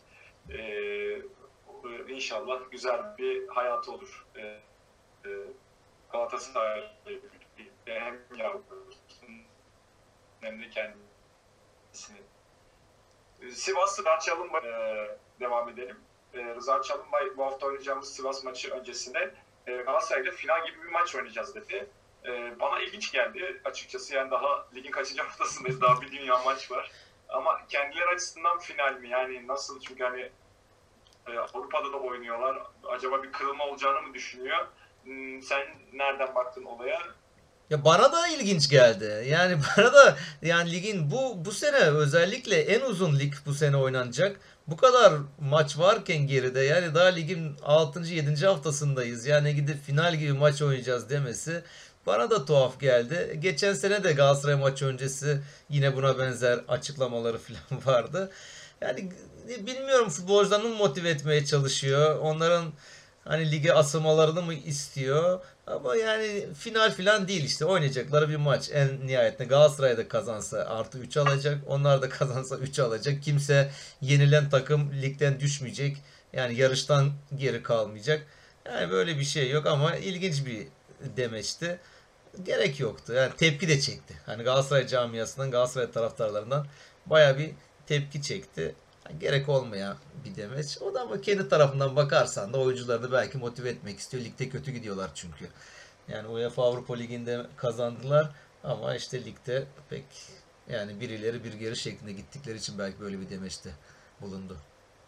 İnşallah güzel bir hayatı olur. E, Galatasaray'la birlikte hem yavrusunu hem de kendisini. Sivas Rıza Çalınbay devam edelim. Rıza Çalınbay bu hafta oynayacağımız Sivas maçı öncesinde Galatasaray'da final gibi bir maç oynayacağız dedi. Bana ilginç geldi açıkçası yani daha ligin kaçıncı haftasındayız daha bir dünya maç var. Ama kendileri açısından final mi yani nasıl çünkü hani Avrupa'da da oynuyorlar acaba bir kırılma olacağını mı düşünüyor? Sen nereden baktın olaya? Ya bana da ilginç geldi. Yani bana da yani ligin bu sene özellikle en uzun lig bu sene oynanacak. Bu kadar maç varken geride yani daha ligin 6. 7. haftasındayız. Yani gidip final gibi maç oynayacağız demesi bana da tuhaf geldi. Geçen sene de Galatasaray maçı öncesi yine buna benzer açıklamaları falan vardı. Yani bilmiyorum futbolcularını mı motive etmeye çalışıyor. Onların hani lige asılmalarını mı istiyor? Ama yani final filan değil işte oynayacakları bir maç. En nihayetinde Galatasaray da kazansa artı 3 alacak. Onlar da kazansa 3 alacak. Kimse yenilen takım ligden düşmeyecek. Yani yarıştan geri kalmayacak. Yani böyle bir şey yok ama ilginç bir demeçti. Gerek yoktu. Yani tepki de çekti. Hani Galatasaray camiasından, Galatasaray taraftarlarından baya bir tepki çekti. Yani gerek olmayan bir demeç. O da ama kendi tarafından bakarsan da oyuncularını belki motive etmek istiyor. Ligde kötü gidiyorlar çünkü. Yani UEFA Avrupa Ligi'nde kazandılar ama işte ligde pek yani bir ileri bir geri şeklinde gittikleri için belki böyle bir demeçte bulundu.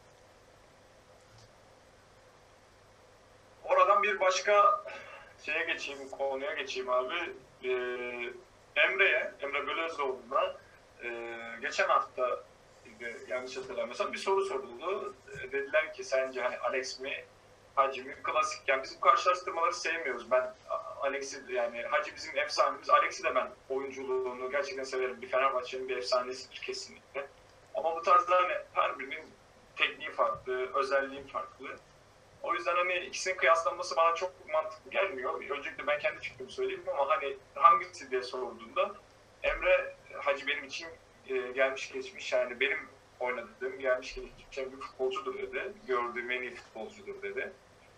Oradan bir başka konuya geçeyim abi. Emre Belözoğlu'na geçen hafta yanlış hatırlamıyorsam bir soru soruldu. Dediler ki sence hani Alex mi Hacı mi? Klasik. Yani biz bu karşılaştırmaları sevmiyoruz. Ben Alex'i yani Hacı bizim efsanemiz. Alex'i de ben oyunculuğunu gerçekten severim. Bir Fenerbahçe'nin bir efsanesidir kesinlikle. Ama bu tarzda hani her birinin tekniği farklı, özelliği farklı. O yüzden hani ikisinin kıyaslanması bana çok mantıklı gelmiyor. Öncelikle ben kendi fikrimi söyleyeyim ama hani hangisi diye sorulduğunda Emre Hacı benim için gelmiş geçmiş yani benim oynadığım gelmiş geçmiş bir futbolcudur dedi. Gördüğüm en iyi futbolcudur dedi.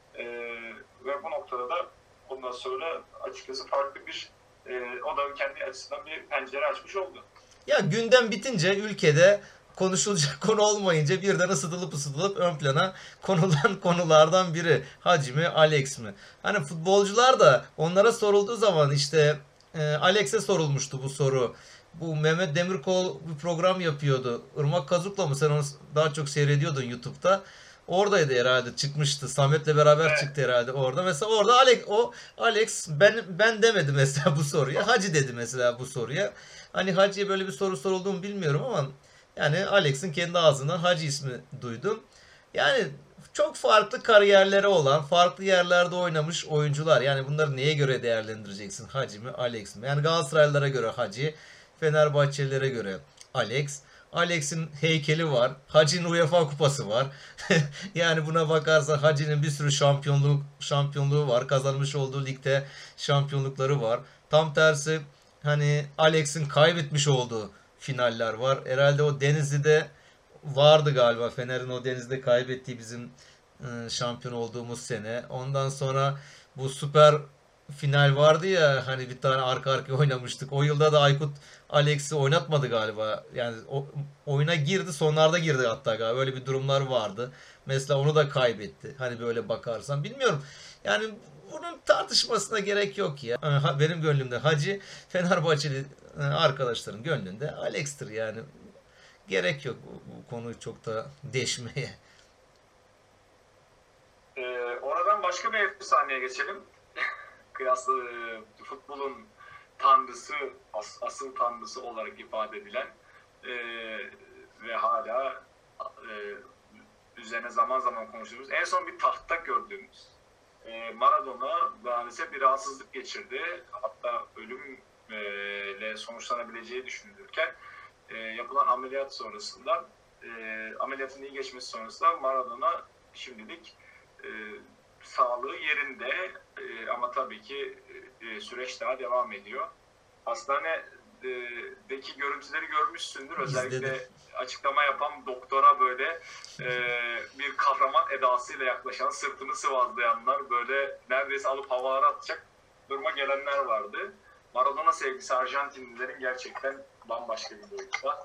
Ve bu noktada da ondan sonra açıkçası farklı bir o da kendi açısından bir pencere açmış oldu. Ya gündem bitince ülkede konuşulacak konu olmayınca birden ısıtılıp ön plana konulan konulardan biri. Hacı mi, Alex mi? Hani futbolcular da onlara sorulduğu zaman işte Alex'e sorulmuştu bu soru. Bu Mehmet Demirkol bir program yapıyordu. Irmak Kazuk'la mı? Sen onu daha çok seyrediyordun YouTube'da. Oradaydı herhalde, çıkmıştı. Samet'le beraber çıktı herhalde orada. Mesela orada Alex ben demedi mesela bu soruya. Hacı dedi mesela bu soruya. Hani Hacı'ya böyle bir soru sorulduğunu bilmiyorum ama yani Alex'in kendi ağzından Hacı ismi duydum. Yani çok farklı kariyerleri olan, farklı yerlerde oynamış oyuncular. Yani bunları neye göre değerlendireceksin? Hacı mi, Alex mi? Yani Galatasaraylılara göre Hacı, Fenerbahçelilere göre Alex. Alex'in heykeli var. Hacı'nın UEFA kupası var. Yani buna bakarsan Hacı'nın bir sürü şampiyonluğu var. Kazanmış olduğu ligde şampiyonlukları var. Tam tersi hani Alex'in kaybetmiş olduğu finaller var. Herhalde o Denizli'de vardı galiba. Fener'in o Denizli'de kaybettiği bizim şampiyon olduğumuz sene. Ondan sonra bu süper final vardı ya hani bir tane arka arkaya oynamıştık. O yılda da Aykut Alex'i oynatmadı galiba. Yani oyuna girdi, sonlarda girdi hatta galiba. Öyle bir durumlar vardı. Mesela onu da kaybetti. Hani böyle bakarsan bilmiyorum. Yani bunun tartışmasına gerek yok ya. Benim gönlümde Hacı, Fenerbahçeli arkadaşların gönlünde Alex'tir yani. Gerek yok bu konuyu çok da deşmeye. Oradan başka bir efsaneye geçelim. Kıyaslı futbolun tanrısı, asıl tanrısı olarak ifade edilen ve hala üzerine zaman zaman konuştuğumuz, en son bir tahtta gördüğümüz Maradona maalesef bir rahatsızlık geçirdi. Hatta ölümle sonuçlanabileceği düşünülürken yapılan ameliyat sonrasında, ameliyatın iyi geçmesi sonrasında Maradona şimdilik sağlığı yerinde ama tabii ki süreç daha devam ediyor. Hastanedeki görüntüleri görmüşsündür. Özellikle açıklama yapan doktora böyle bir kahraman edasıyla yaklaşan, sırtını sıvazlayanlar, böyle neredeyse alıp havalara atacak duruma gelenler vardı. Maradona sevgisi Arjantinlilerin gerçekten bambaşka bir boyutta.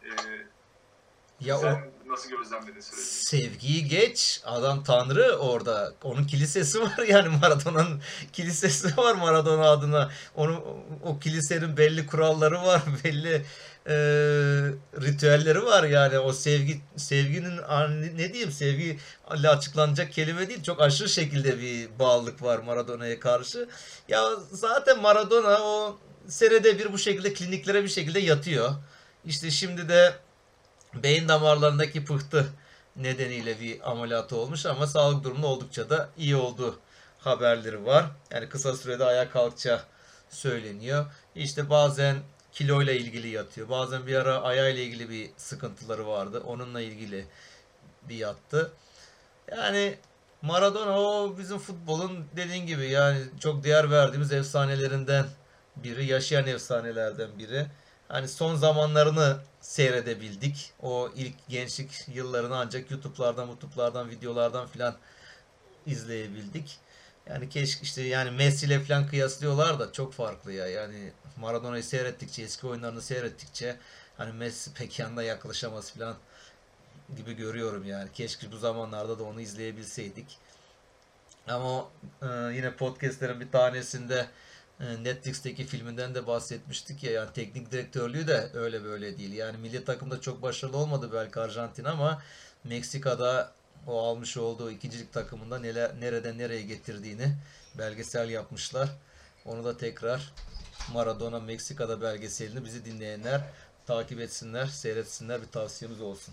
Ya sen nasıl gözlemledin süreci? Sevgiyi geç, adam tanrı orada. Onun kilisesi var yani, Maradona'nın kilisesi var Maradona adına. O kilisenin belli kuralları var, belli ritüelleri var yani. O sevginin ne diyeyim, sevgiyle açıklanacak kelime değil. Çok aşırı şekilde bir bağlılık var Maradona'ya karşı. Ya zaten Maradona o senede bir bu şekilde kliniklere bir şekilde yatıyor. İşte şimdi de beyin damarlarındaki pıhtı nedeniyle bir ameliyatı olmuş ama sağlık durumu oldukça da iyi olduğu haberleri var. Yani kısa sürede ayağa kalkacağı söyleniyor. İşte bazen kiloyla ilgili yatıyor. Bazen bir ara ayağıyla ilgili bir sıkıntıları vardı. Onunla ilgili bir yattı. Yani Maradona o bizim futbolun dediğin gibi yani çok değer verdiğimiz efsanelerinden biri, yaşayan efsanelerden biri. Hani son zamanlarını seyredebildik. O ilk gençlik yıllarını ancak YouTube'lardan, videolardan filan izleyebildik. Yani keşke işte, yani Messi ile filan kıyaslıyorlar da çok farklı ya. Yani Maradona'yı seyrettikçe, eski oyunlarını seyrettikçe hani Messi pek yanına yaklaşamaz filan gibi görüyorum yani. Keşke bu zamanlarda da onu izleyebilseydik. Ama yine podcastlerin bir tanesinde Netflix'teki filminden de bahsetmiştik ya, yani teknik direktörlüğü de öyle böyle değil. Yani milli takımda çok başarılı olmadı belki Arjantin ama Meksika'da o almış olduğu ikincilik takımında nereden nereye getirdiğini belgesel yapmışlar. Onu da tekrar Maradona Meksika'da belgeselini bizi dinleyenler takip etsinler, seyretsinler, bir tavsiyemiz olsun.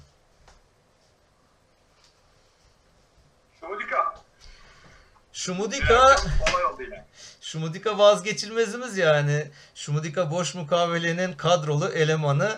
Şumudika. Şumudika, Olay oldu yine. Şumudika vazgeçilmezimiz yani. Şumudika boş mukavelenin kadrolu elemanı.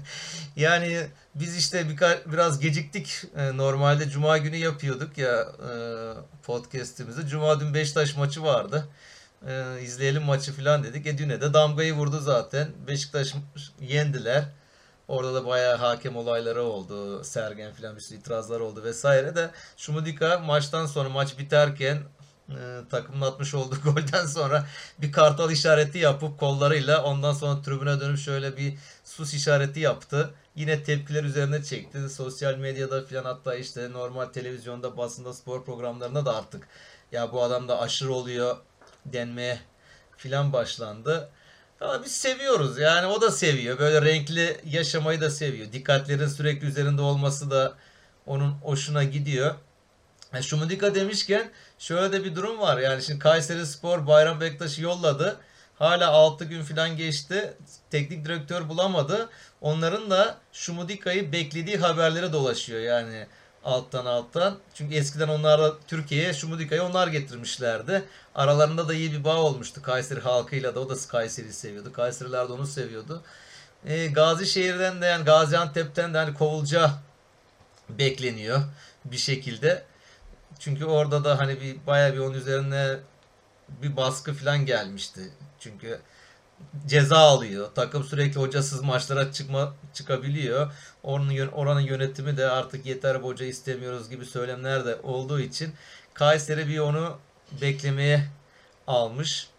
Yani biz işte biraz geciktik. Normalde Cuma günü yapıyorduk ya podcast'imizi. Cuma dün Beşiktaş maçı vardı. İzleyelim maçı falan dedik. Düne de damgayı vurdu zaten. Beşiktaş yendiler. Orada da bayağı hakem olayları oldu. Sergen falan bir sürü itirazlar oldu vesaire de. Şumudika maçtan sonra maç biterken takımın atmış olduğu golden sonra bir kartal işareti yapıp kollarıyla ondan sonra tribüne dönüp şöyle bir sus işareti yaptı. Yine tepkiler üzerine çekti. Sosyal medyada falan hatta işte normal televizyonda, basında, spor programlarında da artık ya bu adam da aşırı oluyor denmeye filan başlandı. Ama biz seviyoruz yani o da seviyor. Böyle renkli yaşamayı da seviyor. Dikkatlerin sürekli üzerinde olması da onun hoşuna gidiyor. Şumudika demişken şöyle de bir durum var. Yani şimdi Kayserispor Bayram Bektaş'ı yolladı. Hala 6 gün falan geçti. Teknik direktör bulamadı. Onların da Şumudika'yı beklediği haberleri dolaşıyor yani alttan. Çünkü eskiden onlara Türkiye'ye Şumudika'yı onlar getirmişlerdi. Aralarında da iyi bir bağ olmuştu Kayseri halkıyla da. O da Kayseri'yi seviyordu. Kayseriler de onu seviyordu. Gazişehir'den de yani Gaziantep'ten de hani kovulacağı bekleniyor bir şekilde. Çünkü orada da hani bayağı bir onun üzerine bir baskı falan gelmişti. Çünkü ceza alıyor. Takım sürekli hocasız maçlara çıkabiliyor. Oranın yönetimi de artık yeter bu hoca istemiyoruz gibi söylemler de olduğu için Kayseri bir onu beklemeye almış.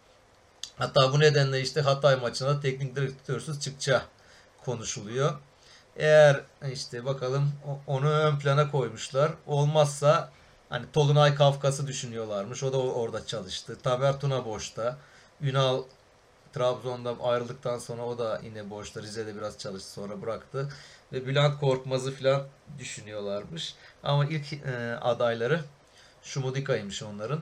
Hatta bu nedenle işte Hatay maçına teknik direktörsüz çıkacağı konuşuluyor. Eğer işte bakalım onu ön plana koymuşlar. Olmazsa hani Tolunay Kafkas'ı düşünüyorlarmış. O da orada çalıştı. Taber Tuna boşta. Ünal Trabzon'da ayrıldıktan sonra o da yine boşta. Rize'de biraz çalıştı sonra bıraktı. Ve Bülent Korkmaz'ı falan düşünüyorlarmış. Ama ilk adayları Şumudika'ymış onların.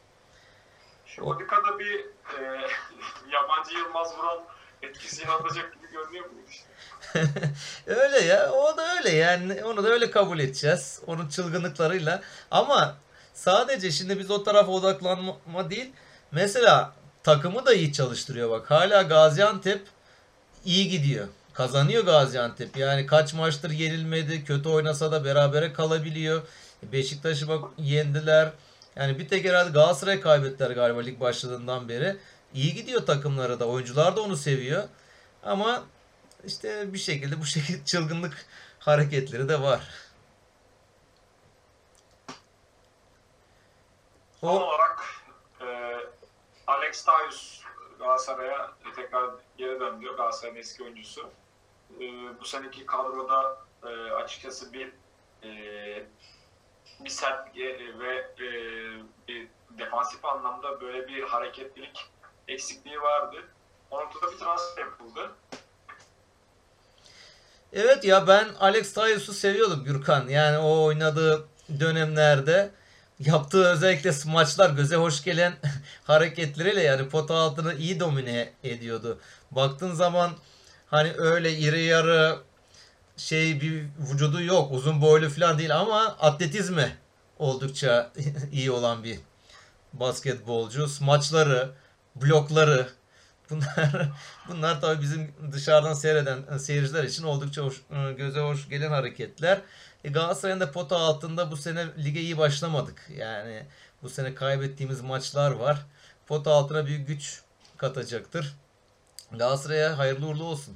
Şumudika'da bir yabancı Yılmaz Vural etkisi yaratacak gibi görünüyor mu işte? Öyle ya. O da öyle yani. Onu da öyle kabul edeceğiz. Onun çılgınlıklarıyla. Ama sadece şimdi biz o tarafa odaklanma değil. Mesela takımı da iyi çalıştırıyor bak. Hala Gaziantep iyi gidiyor. Kazanıyor Gaziantep. Yani kaç maçtır yenilmedi. Kötü oynasa da berabere kalabiliyor. Beşiktaş'ı bak yendiler. Yani bir tek herhalde Galatasaray kaybettiler galiba lig başladığından beri. İyi gidiyor takımları da. Oyuncular da onu seviyor. Ama işte bir şekilde bu şekilde çılgınlık hareketleri de var. Son olarak Alex Tayus Galatasaray'a tekrar geri döndü. Galatasaray'ın eski oyuncusu. Bu seneki kadroda açıkçası bir sert ve bir defansif anlamda böyle bir hareketlilik eksikliği vardı. O noktada bir transfer yapıldı. Evet ya ben Alex Tayus'u seviyordum Gürkan. Yani o oynadığı dönemlerde yaptığı özellikle maçlar göze hoş gelen hareketleriyle yani pota altını iyi domine ediyordu. Baktığın zaman hani öyle iri yarı bir vücudu yok. Uzun boylu falan değil ama atletizmi oldukça iyi olan bir basketbolcu. Maçları, blokları bunlar bunlar tabii bizim dışarıdan seyreden seyirciler için oldukça göze hoş gelen hareketler. Galatasaray'ın da pota altında bu sene lige iyi başlamadık. Yani bu sene kaybettiğimiz maçlar var. Pota altına büyük güç katacaktır. Galatasaray'a hayırlı uğurlu olsun.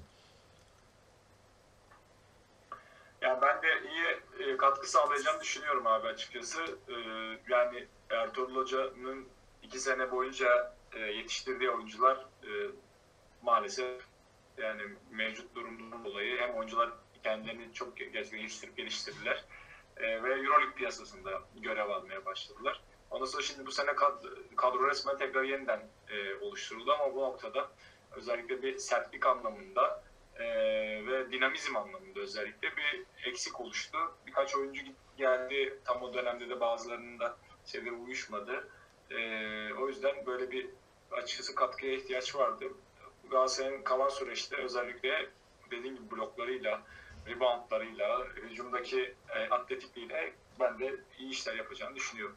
Yani ben de iyi katkı sağlayacağını düşünüyorum abi açıkçası. Yani Ertuğrul Hoca'nın 2 sene boyunca yetiştirdiği oyuncular maalesef yani mevcut durumdan dolayı hem oyuncular kendilerini çok gerçekten geliştirdiler ve Euroleague piyasasında görev almaya başladılar. Ondan sonra şimdi bu sene kadro resmen tekrar yeniden oluşturuldu ama bu noktada özellikle bir sertlik anlamında ve dinamizm anlamında özellikle bir eksik oluştu. Birkaç oyuncu geldi. Tam o dönemde de bazılarının da şeyleri uyuşmadı. O yüzden böyle bir açıkçası katkıya ihtiyaç vardı. Galatasaray'ın kalan süreçte özellikle dediğim gibi bloklarıyla, reboundlarıyla, hücumdaki atletikliğiyle ben de iyi işler yapacağını düşünüyorum.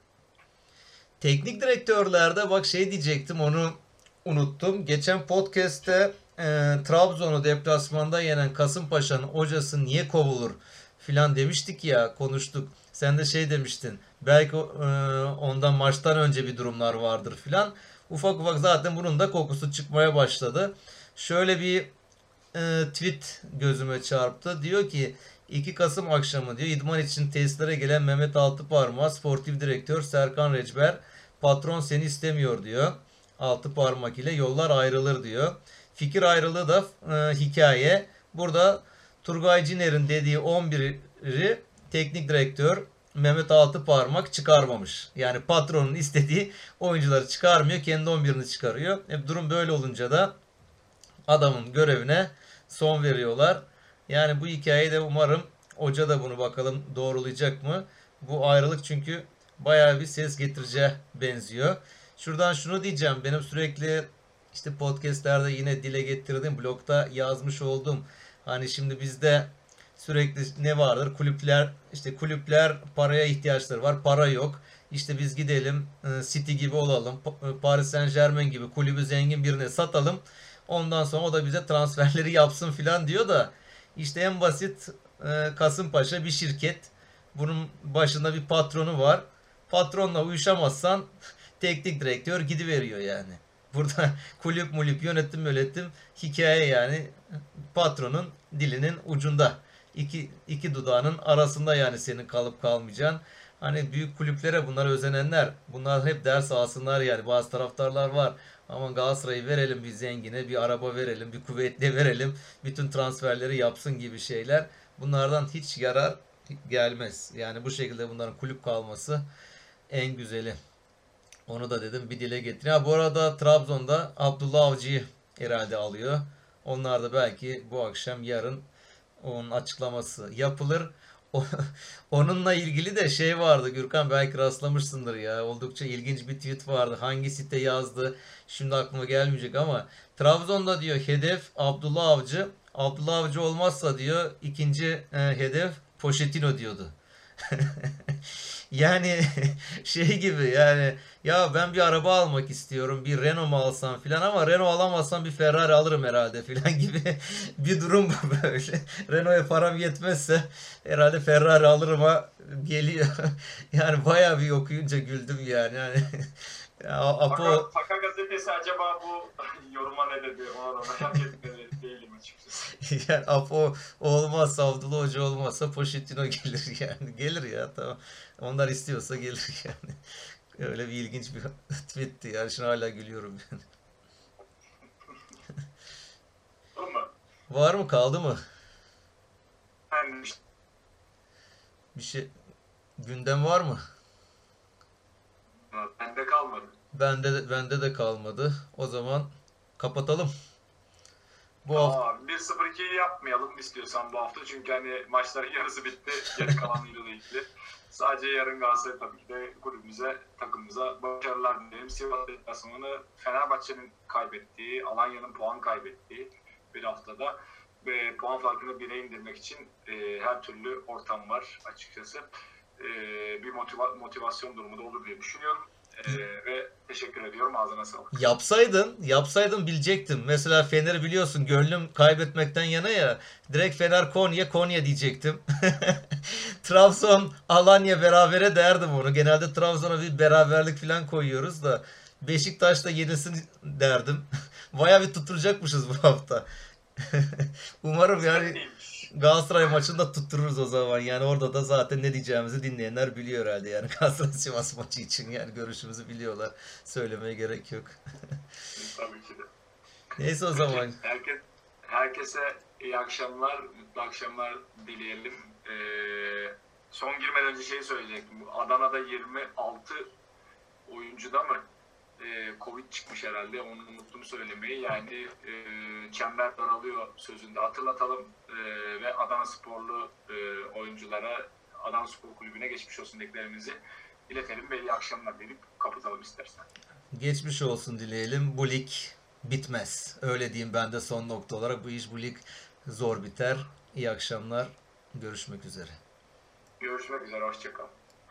Teknik direktörlerde bak şey diyecektim, onu unuttum. Geçen podcast'te Trabzon'u deplasmanda yenen Kasımpaşa'nın hocası niye kovulur filan demiştik ya, konuştuk. Sen de şey demiştin. Belki ondan maçtan önce bir durumlar vardır filan. Ufak ufak zaten bunun da kokusu çıkmaya başladı. Şöyle bir tweet gözüme çarptı. Diyor ki 2 Kasım akşamı diyor idman için tesislere gelen Mehmet Altıparmak, sportif direktör Serkan Recber, patron seni istemiyor diyor. Altıparmak ile yollar ayrılır diyor. Fikir ayrılığı da hikaye. Burada Turgay Ciner'in dediği 11'i teknik direktör Mehmet Altıparmak çıkarmamış. Yani patronun istediği oyuncuları çıkarmıyor. Kendi 11'ini çıkarıyor. Durum böyle olunca da adamın görevine son veriyorlar. Yani bu hikayeyi de umarım hoca da bunu bakalım doğrulayacak mı? Bu ayrılık çünkü bayağı bir ses getireceğe benziyor. Şuradan şunu diyeceğim. Benim sürekli işte podcastlerde yine dile getirdiğim, blogda yazmış olduğum, hani şimdi bizde sürekli ne vardır? Kulüpler paraya ihtiyaçları var. Para yok. İşte biz gidelim City gibi olalım. Paris Saint-Germain gibi kulübü zengin birine satalım. Ondan sonra o da bize transferleri yapsın filan diyor da işte en basit Kasımpaşa bir şirket. Bunun başında bir patronu var. Patronla uyuşamazsan teknik direktör gidiveriyor yani. Burada kulüp yönetim hikaye yani patronun dilinin ucunda. İki dudağının arasında yani senin kalıp kalmayacaksın. Hani büyük kulüplere bunlara özenenler, bunlar hep ders alsınlar yani. Bazı taraftarlar var. Aman Galatasaray'ı verelim bir zengine, bir araba verelim, bir kuvvetli verelim. Bütün transferleri yapsın gibi şeyler. Bunlardan hiç yarar gelmez. Yani bu şekilde bunların kulüp kalması en güzeli. Onu da dedim bir dile getireyim. Ha, bu arada Trabzon'da Abdullah Avcı'yı herhalde alıyor. Onlar da belki bu akşam yarın onun açıklaması yapılır. Onunla ilgili de şey vardı Gürkan, belki rastlamışsındır ya. Oldukça ilginç bir tweet vardı. Hangi site yazdı şimdi aklıma gelmeyecek ama Trabzon'da diyor hedef Abdullah Avcı. Abdullah Avcı olmazsa diyor ikinci hedef Pochettino diyordu. Yani şey gibi yani, ya ben bir araba almak istiyorum, bir Renault mu alsam filan, ama Renault alamazsam bir Ferrari alırım herhalde filan gibi bir durum bu böyle. Renault'a param yetmezse herhalde Ferrari alırıma geliyor. Yani bayağı bir okuyunca güldüm yani. Ya, Apo Fakat gazetesi acaba bu yoruma ne dedi? Ona merak etmedi değilim açıkçası. yani Apo olmazsa, Abdullah Hoca olmazsa Pochettino gelir yani. Gelir ya, tamam. Onlar istiyorsa gelir yani. Öyle bir ilginç bir tweetti yani. Şimdi hala gülüyorum yani. Olur mu? Var mı, kaldı mı? Ben işte Bir şey, gündem var mı? bende kalmadı. Bende de kalmadı. O zaman kapatalım. Bu Tamam hafta abi. 1-0-2'yi yapmayalım istiyorsan bu hafta. Çünkü hani maçların yarısı bitti. Geri kalanıyla da ilgili. Sadece yarın Galatasaray tabii ki de kulübümüze, takımımıza başarılar dilerim. Sivas deplasmanı Fenerbahçe'nin kaybettiği, Alanya'nın puan kaybettiği bir haftada ve puan farkını 1'e indirmek için her türlü ortam var açıkçası. Bir motivasyon durumu da olur diye düşünüyorum. Ve teşekkür ediyorum. Ağzına sağlık. yapsaydın bilecektim. Mesela Fener'i biliyorsun, gönlüm kaybetmekten yana ya. Direkt Fener Konya diyecektim. Trabzon Alanya berabere derdim onu. Genelde Trabzon'a bir beraberlik falan koyuyoruz da Beşiktaş da yenilsin derdim. Baya bir tutturacakmışız bu hafta. Umarım yani Neymiş? Galatasaray maçında tuttururuz o zaman. Yani orada da zaten ne diyeceğimizi dinleyenler biliyor herhalde. Yani Galatasaray Sivas maçı için yani görüşümüzü biliyorlar. Söylemeye gerek yok. Tabii ki de. Neyse o zaman. Herkese iyi akşamlar, mutlu akşamlar dileyelim. Son girmeden önce şey söyleyecektim. Adana'da 26 oyuncuda mı Covid çıkmış herhalde. Onu unuttum söylemeyi. Yani çember daralıyor sözünde hatırlatalım. Ve Adana sporlu oyunculara, Adana Spor Kulübü'ne geçmiş olsun dileklerimizi iletelim ve iyi akşamlar deyip kapatalım istersen. Geçmiş olsun dileyelim. Bu lig bitmez. Öyle diyeyim ben de son nokta olarak. Bu lig zor biter. İyi akşamlar. Görüşmek üzere. Görüşmek üzere. Hoşçakal.